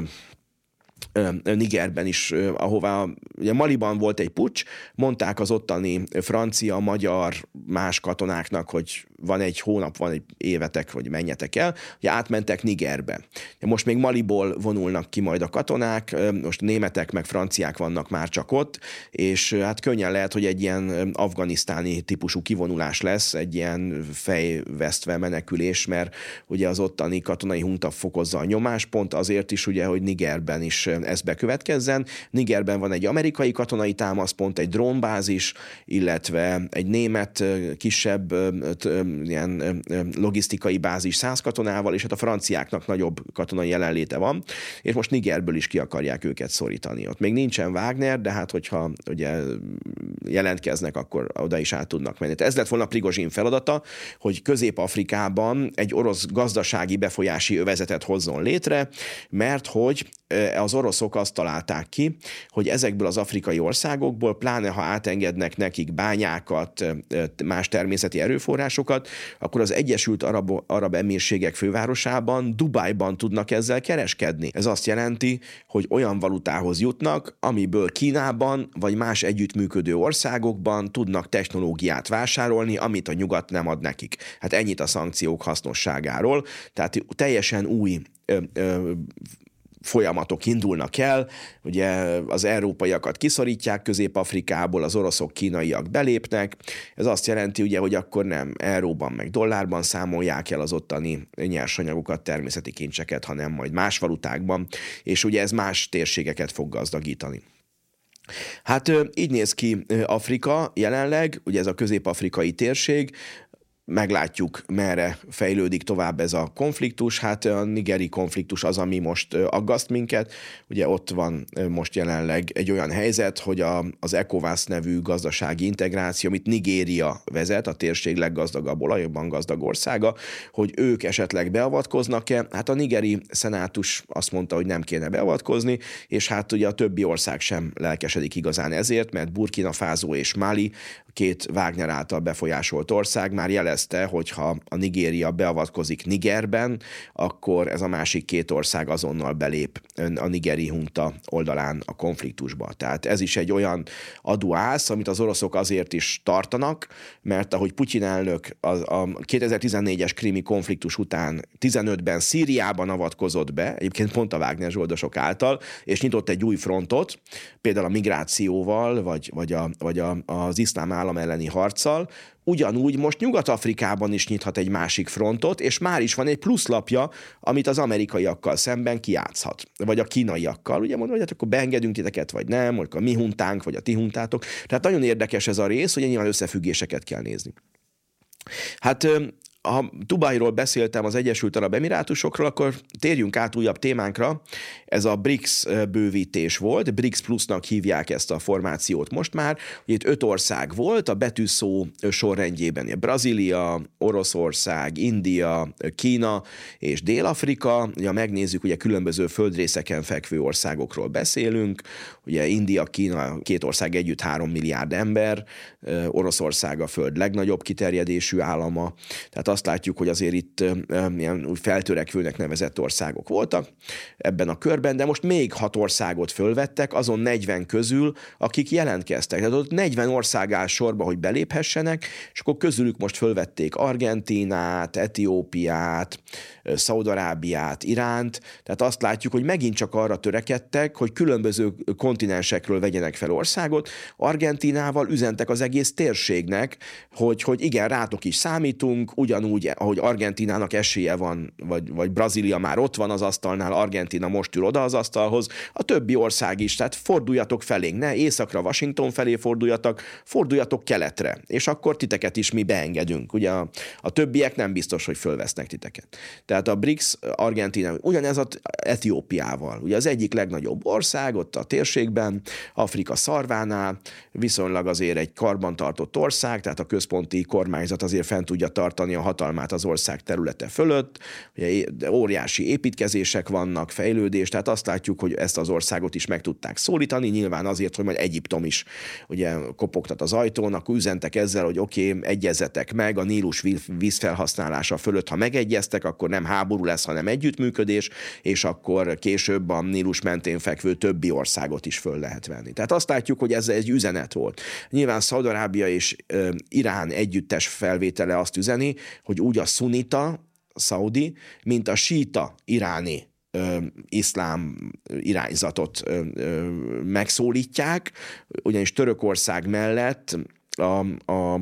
Nigerben is, ahová ugye Maliban volt egy puccs, mondták az ottani francia, magyar, más katonáknak, hogy van egy hónap, van egy évetek, hogy menjetek el, hogy átmentek Nigerbe. Most még Maliból vonulnak ki majd a katonák, most németek meg franciák vannak már csak ott, és hát könnyen lehet, hogy egy ilyen afganisztáni típusú kivonulás lesz, egy ilyen fejvesztve menekülés, mert ugye az ottani katonai hunta fokozza a nyomást, pont azért is ugye, hogy Nigerben is ez bekövetkezzen. Nigerben van egy amerikai katonai támaszpont, egy drónbázis, illetve egy német kisebb ilyen logisztikai bázis 100 katonával, és hát a franciáknak nagyobb katonai jelenléte van, és most Nigerből is ki akarják őket szorítani. Ott még nincsen Wagner, de hát hogyha ugye jelentkeznek, akkor oda is át tudnak menni. Ez lett volna Prigozsin feladata, hogy Közép-Afrikában egy orosz gazdasági befolyási övezetet hozzon létre, mert hogy az oroszok azt találták ki, hogy ezekből az afrikai országokból, pláne ha átengednek nekik bányákat, más természeti erőforrásokat, akkor az Egyesült Arab Emírségek fővárosában, Dubájban tudnak ezzel kereskedni. Ez azt jelenti, hogy olyan valutához jutnak, amiből Kínában vagy más együttműködő országokban tudnak technológiát vásárolni, amit a nyugat nem ad nekik. Hát ennyit a szankciók hasznosságáról. Tehát teljesen új folyamatok indulnak el, ugye az európaiakat kiszorítják Közép-Afrikából, az oroszok, kínaiak belépnek, ez azt jelenti ugye, hogy akkor nem euróban meg dollárban számolják el az ottani nyersanyagokat, természeti kincseket, hanem majd más valutákban, és ugye ez más térségeket fog gazdagítani. Hát így néz ki Afrika jelenleg, ugye ez a közép-afrikai térség, meglátjuk, merre fejlődik tovább ez a konfliktus. Hát a nigeri konfliktus az, ami most aggaszt minket. Ugye ott van most jelenleg egy olyan helyzet, hogy az ECOWAS nevű gazdasági integráció, amit Nigéria vezet, a térség leggazdagabb, olajban gazdag országa, hogy ők esetleg beavatkoznak-e. Hát a nigeri szenátus azt mondta, hogy nem kéne beavatkozni, és hát ugye a többi ország sem lelkesedik igazán ezért, mert Burkina Faso és Mali, két Wagner által befolyásolt ország már jelezte, hogyha a Nigéria beavatkozik Nigerben, akkor ez a másik két ország azonnal belép a nigeri hunta oldalán a konfliktusba. Tehát ez is egy olyan aduász, amit az oroszok azért is tartanak, mert ahogy Putyin elnök a 2014-es krími konfliktus után 15-ben Szíriában avatkozott be, egyébként pont a Wagner zsoldosok által, és nyitott egy új frontot, például a migrációval, vagy az iszlám állam elleni harccal, ugyanúgy most Nyugat-Afrikában is nyithat egy másik frontot, és már is van egy pluszlapja, amit az amerikaiakkal szemben kijátszhat. Vagy a kínaiakkal. Ugye mondom, hogy hát akkor beengedünk titeket, vagy nem, vagy a mi huntánk, vagy a ti huntátok. Tehát nagyon érdekes ez a rész, hogy nyilván összefüggéseket kell nézni. Hát ha Dubajról beszéltem, az Egyesült Arab Emirátusokról, akkor térjünk át újabb témánkra. Ez a BRICS bővítés volt, BRICS Plusnak hívják ezt a formációt most már. Ugye itt 5 ország volt, a betűszó sorrendjében Brazília, Oroszország, India, Kína és Dél-Afrika. Ugye megnézzük, ugye különböző földrészeken fekvő országokról beszélünk. Ugye India, Kína, két ország együtt 3 milliárd ember, Oroszország a föld legnagyobb kiterjedésű állama. Tehát azt látjuk, hogy azért itt ilyen úgy feltörekvőnek nevezett országok voltak ebben a körben, de most még 6 országot fölvettek, azon 40 közül, akik jelentkeztek. Tehát ott 40 ország áll sorba, hogy beléphessenek, és akkor közülük most fölvették Argentínát, Etiópiát, Szaúd-Arábiát, Iránt. Tehát azt látjuk, hogy megint csak arra törekedtek, hogy különböző kontinensekről vegyenek fel országot. Argentínával üzentek az egész térségnek, hogy igen, rátok is számítunk, ugyanúgy, ahogy Argentínának esélye van, vagy Brazília már ott van az asztalnál, Argentína most ül oda az asztalhoz, a többi ország is, tehát forduljatok felénk, ne északra, Washington felé forduljatok keletre, és akkor titeket is mi beengedünk. Ugye a többiek nem biztos, hogy fölvesznek titeket. Tehát a BRICS, Argentína, ugyanez az Etiópiával, ugye az egyik legnagyobb ország ott a térségben, Afrika szarvánál, viszonylag azért egy karbantartott ország, tehát a központi kormányzat azért fent tudja tartani a hatalmát az ország területe fölött, ugye óriási építkezések vannak, fejlődés, tehát azt látjuk, hogy ezt az országot is meg tudták szólítani, nyilván azért, hogy majd Egyiptom is ugye kopogtat az ajtón, akkor üzentek ezzel, hogy oké, egyezzetek meg a Nílus vízfelhasználása fölött, ha megegyeztek, akkor nem háború lesz, hanem együttműködés, és akkor később a Nílus mentén fekvő többi országot is föl lehet venni. Tehát azt látjuk, hogy ez egy üzenet volt. Nyilván Szaúd-Arábia és Irán együttes felvétele azt üzeni, hogy úgy a szunita, szaudi, mint a síta iráni iszlám irányzatot megszólítják, ugyanis Törökország mellett a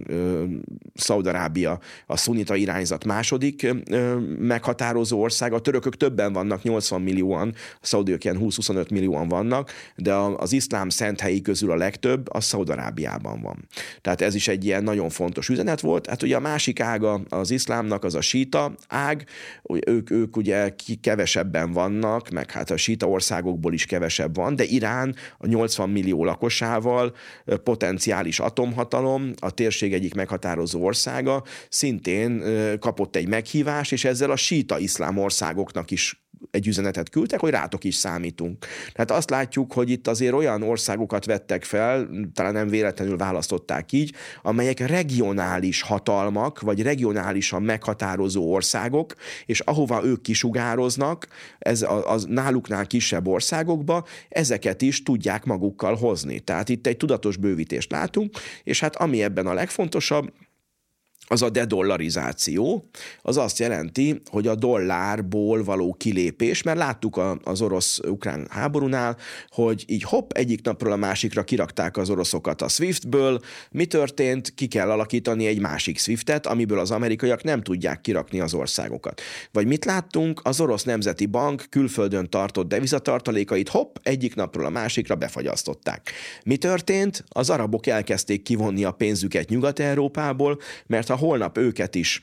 Szaúd-Arábia a szunita irányzat második meghatározó ország. A törökök többen vannak, 80 millióan, a szaudiak ilyen 20-25 millióan vannak, de az iszlám szent helyi közül a legtöbb a Szaúd-Arábiában van. Tehát ez is egy ilyen nagyon fontos üzenet volt. Hát ugye a másik ága az iszlámnak az a síta ág, ők ugye kevesebben vannak, meg hát a síta országokból is kevesebb van, de Irán a 80 millió lakosával potenciális atomhatalom, a térség egyik meghatározó országa, szintén kapott egy meghívást, és ezzel a síta iszlám országoknak is egy üzenetet küldtek, hogy rátok is számítunk. Tehát azt látjuk, hogy itt azért olyan országokat vettek fel, talán nem véletlenül választották így, amelyek regionális hatalmak, vagy regionálisan meghatározó országok, és ahova ők kisugároznak, ez az náluknál kisebb országokba, ezeket is tudják magukkal hozni. Tehát itt egy tudatos bővítést látunk, és hát ami ebben a legfontosabb, az a dedollarizáció, az azt jelenti, hogy a dollárból való kilépés, mert láttuk az orosz-ukrán háborúnál, hogy így hopp, egyik napról a másikra kirakták az oroszokat a SWIFT-ből, mi történt? Ki kell alakítani egy másik SWIFT-et, amiből az amerikaiak nem tudják kirakni az országokat. Vagy mit láttunk? Az orosz nemzeti bank külföldön tartott devizatartalékait hopp, egyik napról a másikra befagyasztották. Mi történt? Az arabok elkezdték kivonni a pénzüket Nyugat-Európából, mert ha holnap őket is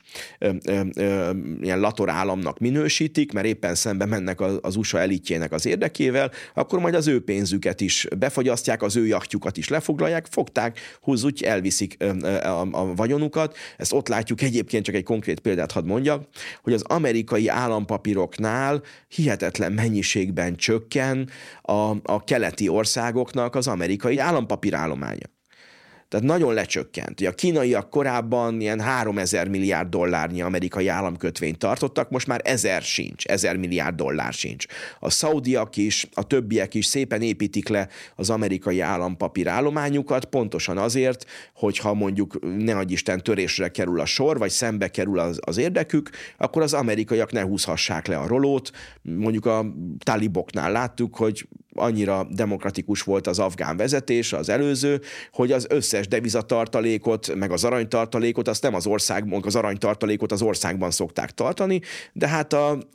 ilyen latorállamnak minősítik, mert éppen szembe mennek az USA elitjének az érdekével, akkor majd az ő pénzüket is befagyasztják, az ő jachtjukat is lefoglalják, fogták, húzzuk, elviszik a vagyonukat. Ezt ott látjuk egyébként, csak egy konkrét példát hadd mondjak, hogy az amerikai állampapíroknál hihetetlen mennyiségben csökken a keleti országoknak az amerikai állampapírállománya. Tehát nagyon lecsökkent. A kínaiak korábban ilyen 3000 milliárd dollárnyi amerikai államkötvényt tartottak, most már 1000 milliárd dollár sincs. A szaudiak is, a többiek is szépen építik le az amerikai állampapír állományukat, pontosan azért, hogyha mondjuk ne adj Isten törésre kerül a sor, vagy szembe kerül az érdekük, akkor az amerikaiak ne húzhassák le a rolót. Mondjuk a taliboknál láttuk, hogy annyira demokratikus volt az afgán vezetés, az előző, hogy az összes devizatartalékot, meg az aranytartalékot, azt nem az országban, az aranytartalékot az országban szokták tartani, de hát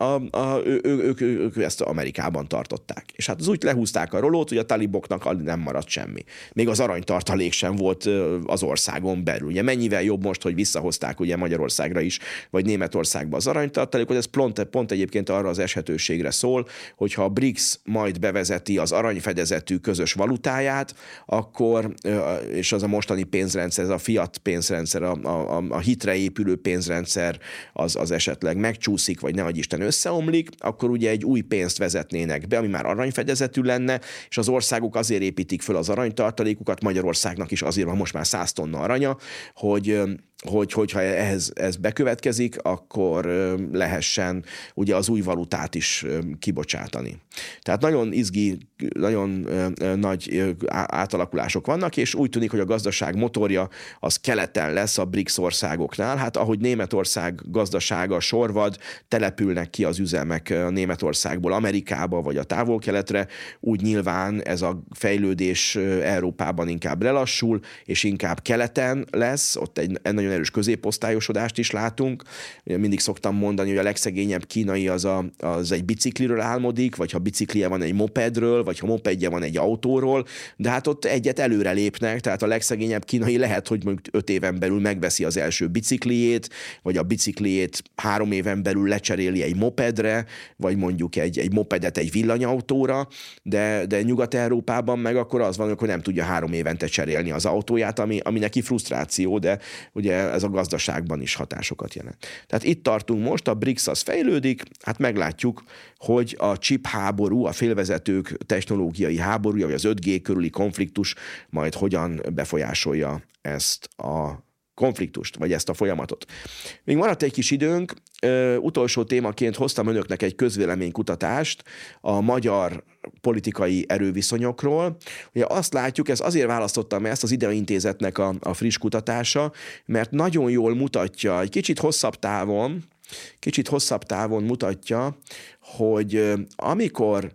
ők ezt Amerikában tartották. És hát az úgy lehúzták a rolót, hogy a taliboknak nem maradt semmi. Még az aranytartalék sem volt az országon belül. Ugye mennyivel jobb most, hogy visszahozták ugye Magyarországra is, vagy Németországba az aranytartalékot, ez pont egyébként arra az eshetőségre szól, hogyha a BRICS majd bevezeti bevezeti az aranyfedezetű közös valutáját, akkor, és az a mostani pénzrendszer, ez a fiat pénzrendszer, a hitre épülő pénzrendszer az esetleg megcsúszik, vagy ne adj Isten összeomlik, akkor ugye egy új pénzt vezetnének be, ami már aranyfedezetű lenne, és az országok azért építik föl az aranytartalékukat, Magyarországnak is azért van most már 100 tonna aranya, hogyha ez bekövetkezik, akkor lehessen ugye az új valutát is kibocsátani. Tehát nagyon nagyon nagy átalakulások vannak, és úgy tűnik, hogy a gazdaság motorja az keleten lesz a BRICS országoknál. Hát ahogy Németország gazdasága sorvad, települnek ki az üzemek Németországból Amerikába, vagy a távol-keletre, úgy nyilván ez a fejlődés Európában inkább lelassul, és inkább keleten lesz, ott egy nagyon erős középosztályosodást is látunk. Mindig szoktam mondani, hogy a legszegényebb kínai az egy bicikliről álmodik, vagy ha biciklije van egy mopedről, vagy ha mopedje van egy autóról, de hát ott egyet előre lépnek, tehát a legszegényebb kínai lehet, hogy mondjuk 5 éven belül megveszi az első bicikliét, vagy a bicikliét 3 éven belül lecseréli egy mopedre, vagy mondjuk egy mopedet egy villanyautóra, de Nyugat-Európában meg akkor az van, hogy nem tudja 3 évente cserélni az autóját, ami neki frusztráció, de ugye ez a gazdaságban is hatásokat jelent. Tehát itt tartunk most, a BRICS az fejlődik, hát meglátjuk, hogy a chip háború, a félvezetők technológiai háborúja, vagy az 5G körüli konfliktus majd hogyan befolyásolja ezt a konfliktust, vagy ezt a folyamatot. Még maradt egy kis időnk, utolsó témaként hoztam önöknek egy közvéleménykutatást a magyar politikai erőviszonyokról. Ugye azt látjuk, azért választottam ezt az IDEA Intézetnek a friss kutatása, mert nagyon jól mutatja, egy kicsit hosszabb távon mutatja, hogy amikor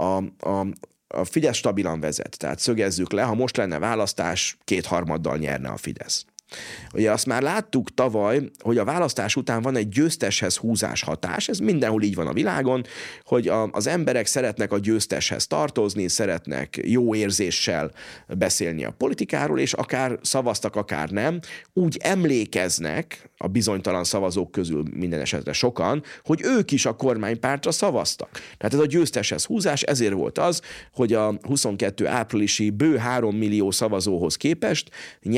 a Fidesz stabilan vezet, tehát szögezzük le, ha most lenne választás, 2/3 nyerne a Fidesz. Ugye azt már láttuk tavaly, hogy a választás után van egy győzteshez húzás hatás, ez mindenhol így van a világon, hogy az emberek szeretnek a győzteshez tartozni, szeretnek jó érzéssel beszélni a politikáról, és akár szavaztak, akár nem, úgy emlékeznek a bizonytalan szavazók közül minden esetre sokan, hogy ők is a kormánypártra szavaztak. Tehát ez a győzteshez húzás, ezért volt az, hogy a 22 áprilisi bő 3 millió szavazóhoz képest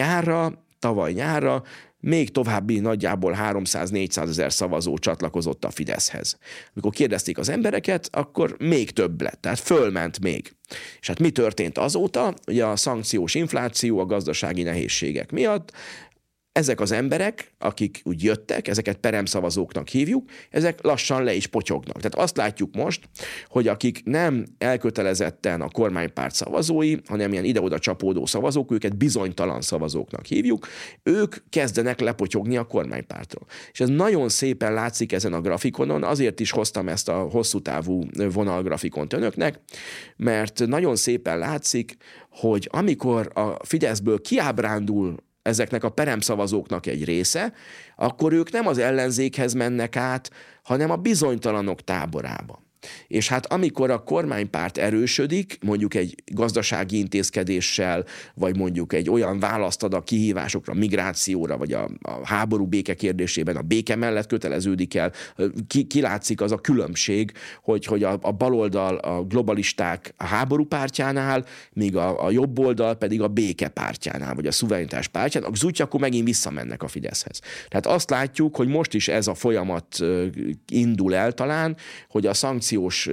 tavaly nyárra még további nagyjából 300-400 ezer szavazó csatlakozott a Fideszhez. Amikor kérdezték az embereket, akkor még több lett, tehát fölment még. És hát mi történt azóta? Ugye a szankciós infláció, a gazdasági nehézségek miatt ezek az emberek, akik úgy jöttek, ezeket peremszavazóknak hívjuk, ezek lassan le is potyognak. Tehát azt látjuk most, hogy akik nem elkötelezetten a kormánypárt szavazói, hanem ilyen ide-oda csapódó szavazók, őket bizonytalan szavazóknak hívjuk, ők kezdenek lepotyogni a kormánypártról. És ez nagyon szépen látszik ezen a grafikonon, azért is hoztam ezt a hosszú távú vonalgrafikont önöknek, mert nagyon szépen látszik, hogy amikor a Fideszből kiábrándul ezeknek a peremszavazóknak egy része, akkor ők nem az ellenzékhez mennek át, hanem a bizonytalanok táborába. És hát amikor a kormánypárt erősödik, mondjuk egy gazdasági intézkedéssel, vagy mondjuk egy olyan választ ad a kihívásokra, migrációra, vagy a háború béke kérdésében a béke mellett köteleződik el, kilátszik az a különbség, hogy a baloldal, a globalisták a háború pártjánál, míg a jobb oldal pedig a béke pártjánál, vagy a szuverenitás pártjánál, az úgy akkor megint visszamennek a Fideszhez. Tehát azt látjuk, hogy most is ez a folyamat indul el talán, hogy a szankciós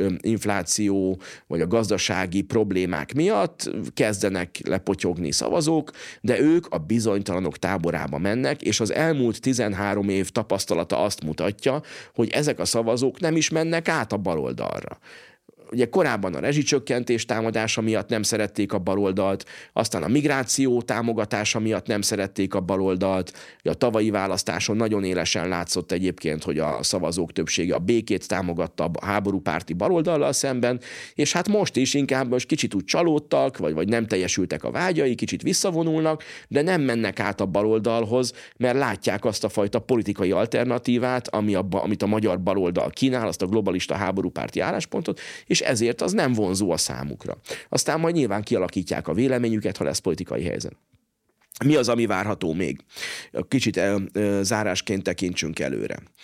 infláció vagy a gazdasági problémák miatt kezdenek lepotyogni szavazók, de ők a bizonytalanok táborába mennek, és az elmúlt 13 év tapasztalata azt mutatja, hogy ezek a szavazók nem is mennek át a baloldalra. Ugye korábban a rezsicsökkentés támadása miatt nem szerették a baloldalt, aztán a migráció támogatása miatt nem szerették a baloldalt. A tavalyi választáson nagyon élesen látszott egyébként, hogy a szavazók többsége a békét támogatta a háborúpárti baloldallal szemben, és hát most is inkább most kicsit úgy csalódtak, vagy nem teljesültek a vágyai, kicsit visszavonulnak, de nem mennek át a baloldalhoz, mert látják azt a fajta politikai alternatívát, amit a magyar baloldal kínál, azt a globalista háborúpárti álláspontot, és ezért az nem vonzó a számukra. Aztán majd nyilván kialakítják a véleményüket, ha lesz politikai helyzet. Mi az, ami várható még? Kicsit zárásként tekintsünk előre.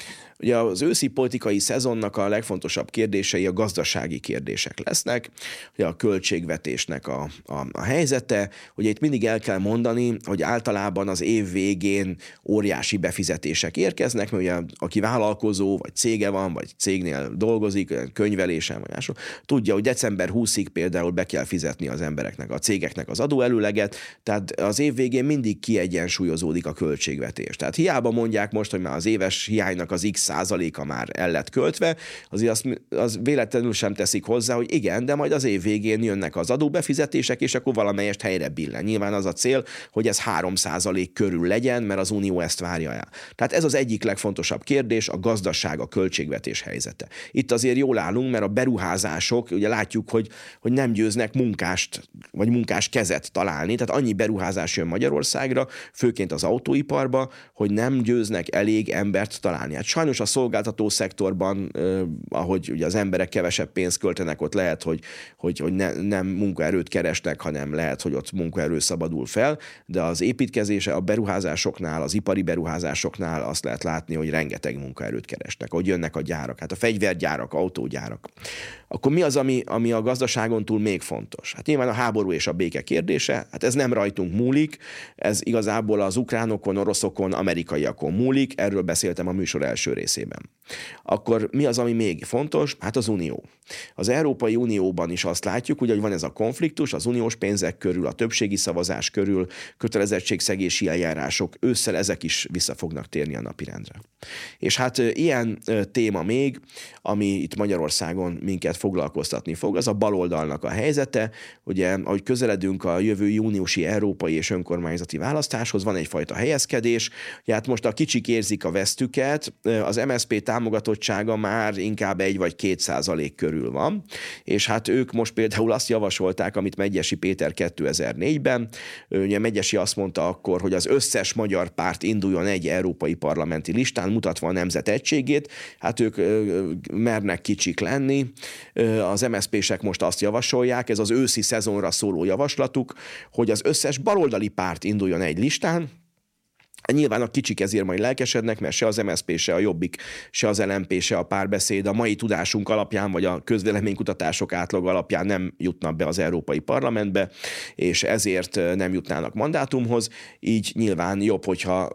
Ugye az őszi politikai szezonnak a legfontosabb kérdései a gazdasági kérdések lesznek, ugye a költségvetésnek a helyzete. Ugye itt mindig el kell mondani, hogy általában az év végén óriási befizetések érkeznek, mert ugye aki vállalkozó, vagy cége van, vagy cégnél dolgozik, könyvelésen, vagy mások, tudja, hogy december 20-ig például be kell fizetni az embereknek, a cégeknek az adóelőleget, tehát az év végén mindig kiegyensúlyozódik a költségvetés. Tehát hiába mondják most, hogy már az éves hiánynak az x százaléka már el lett költve, azért az véletlenül sem teszik hozzá, hogy igen, de majd az év végén jönnek az adóbefizetések, és akkor valamelyest helyre billen. Nyilván az a cél, hogy ez 3% körül legyen, mert az Unió ezt várja el. Tehát ez az egyik legfontosabb kérdés, a gazdaság, a költségvetés helyzete. Itt azért jól állunk, mert a beruházások, ugye látjuk, hogy nem győznek munkást, vagy munkás kezet találni, tehát annyi beruházás jön Magyarországra, főként az autóiparba, hogy nem győznek elég embert találni. Hát sajnos a szolgáltató szektorban, ahogy ugye az emberek kevesebb pénzt költenek, ott lehet, hogy nem munkaerőt keresnek, hanem lehet, hogy ott munkaerő szabadul fel, de az építkezése, a beruházásoknál, az ipari beruházásoknál azt lehet látni, hogy rengeteg munkaerőt keresnek, hogy jönnek a gyárak, hát a fegyvergyárak, autógyárak. Akkor mi az, ami a gazdaságon túl még fontos? Hát nyilván a háború és a béke kérdése, hát ez nem rajtunk múlik, ez igazából az ukránokon, oroszokon, amerikaiakon múlik, erről beszéltem a műsor első részében. Akkor mi az, ami még fontos? Hát az Unió. Az Európai Unióban is azt látjuk, hogy van ez a konfliktus, az uniós pénzek körül, a többségi szavazás körül, kötelezettségszegési eljárások, ősszel ezek is vissza fognak térni a napirendre. És hát ilyen téma még, ami itt Magyarországon minket foglalkoztatni fog, az a baloldalnak a helyzete. Ugye, ahogy közeledünk a jövő júniusi európai és önkormányzati választáshoz, van egyfajta helyezkedés. Ugye, hát most a kicsik érzik a vesztüket, az MSZP támogatottsága már inkább 1 vagy 2% körül van, és hát ők most például azt javasolták, amit Medgyessy Péter 2004-ben, ugye Medgyessy azt mondta akkor, hogy az összes magyar párt induljon egy európai parlamenti listán, mutatva a nemzet egységét, hát ők mernek kicsik lenni, az MSZP-sek most azt javasolják, ez az őszi szezonra szóló javaslatuk, hogy az összes baloldali párt induljon egy listán. Nyilván a kicsik ezért majd lelkesednek, mert se az MSZP, se a Jobbik, se az LMP, se a Párbeszéd a mai tudásunk alapján, vagy a közvéleménykutatások átlag alapján nem jutnak be az Európai Parlamentbe, és ezért nem jutnának mandátumhoz. Így nyilván jobb, hogyha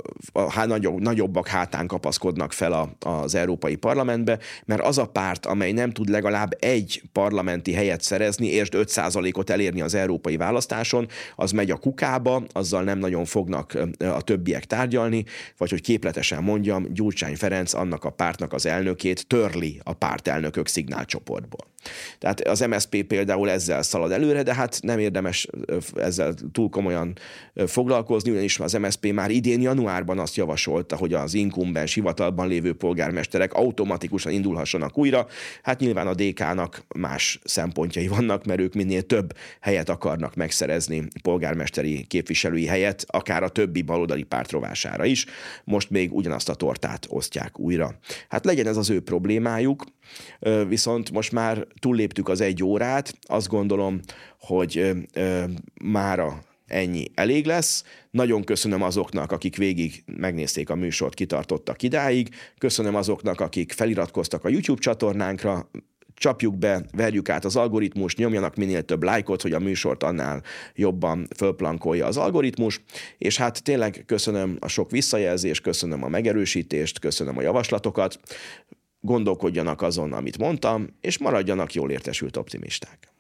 nagyobbak hátán kapaszkodnak fel az Európai Parlamentbe, mert az a párt, amely nem tud legalább egy parlamenti helyet szerezni, és 5%-ot elérni az európai választáson, az megy a kukába, azzal nem nagyon fognak a többiek tárgyalni, vagy hogy képletesen mondjam, Gyurcsány Ferenc annak a pártnak az elnökét törli a pártelnökök szignálcsoportból. Tehát az MSZP például ezzel szalad előre, de hát nem érdemes ezzel túl komolyan foglalkozni, ugyanis az MSZP már idén januárban azt javasolta, hogy az inkumbens hivatalban lévő polgármesterek automatikusan indulhassanak újra. Hát nyilván a DK-nak más szempontjai vannak, mert ők minél több helyet akarnak megszerezni, polgármesteri képviselői helyet, akár a többi baloldali párt rovására is. Most még ugyanazt a tortát osztják újra. Hát legyen ez az ő problémájuk, viszont most már túlléptük az 1 órát, azt gondolom, hogy mára ennyi elég lesz. Nagyon köszönöm azoknak, akik végig megnézték a műsort, kitartottak idáig. Köszönöm azoknak, akik feliratkoztak a YouTube csatornánkra, csapjuk be, verjük át az algoritmust, nyomjanak minél több lájkot, hogy a műsort annál jobban fölplankolja az algoritmus, és hát tényleg köszönöm a sok visszajelzést, köszönöm a megerősítést, köszönöm a javaslatokat, gondolkodjanak azon, amit mondtam, és maradjanak jól értesült optimisták.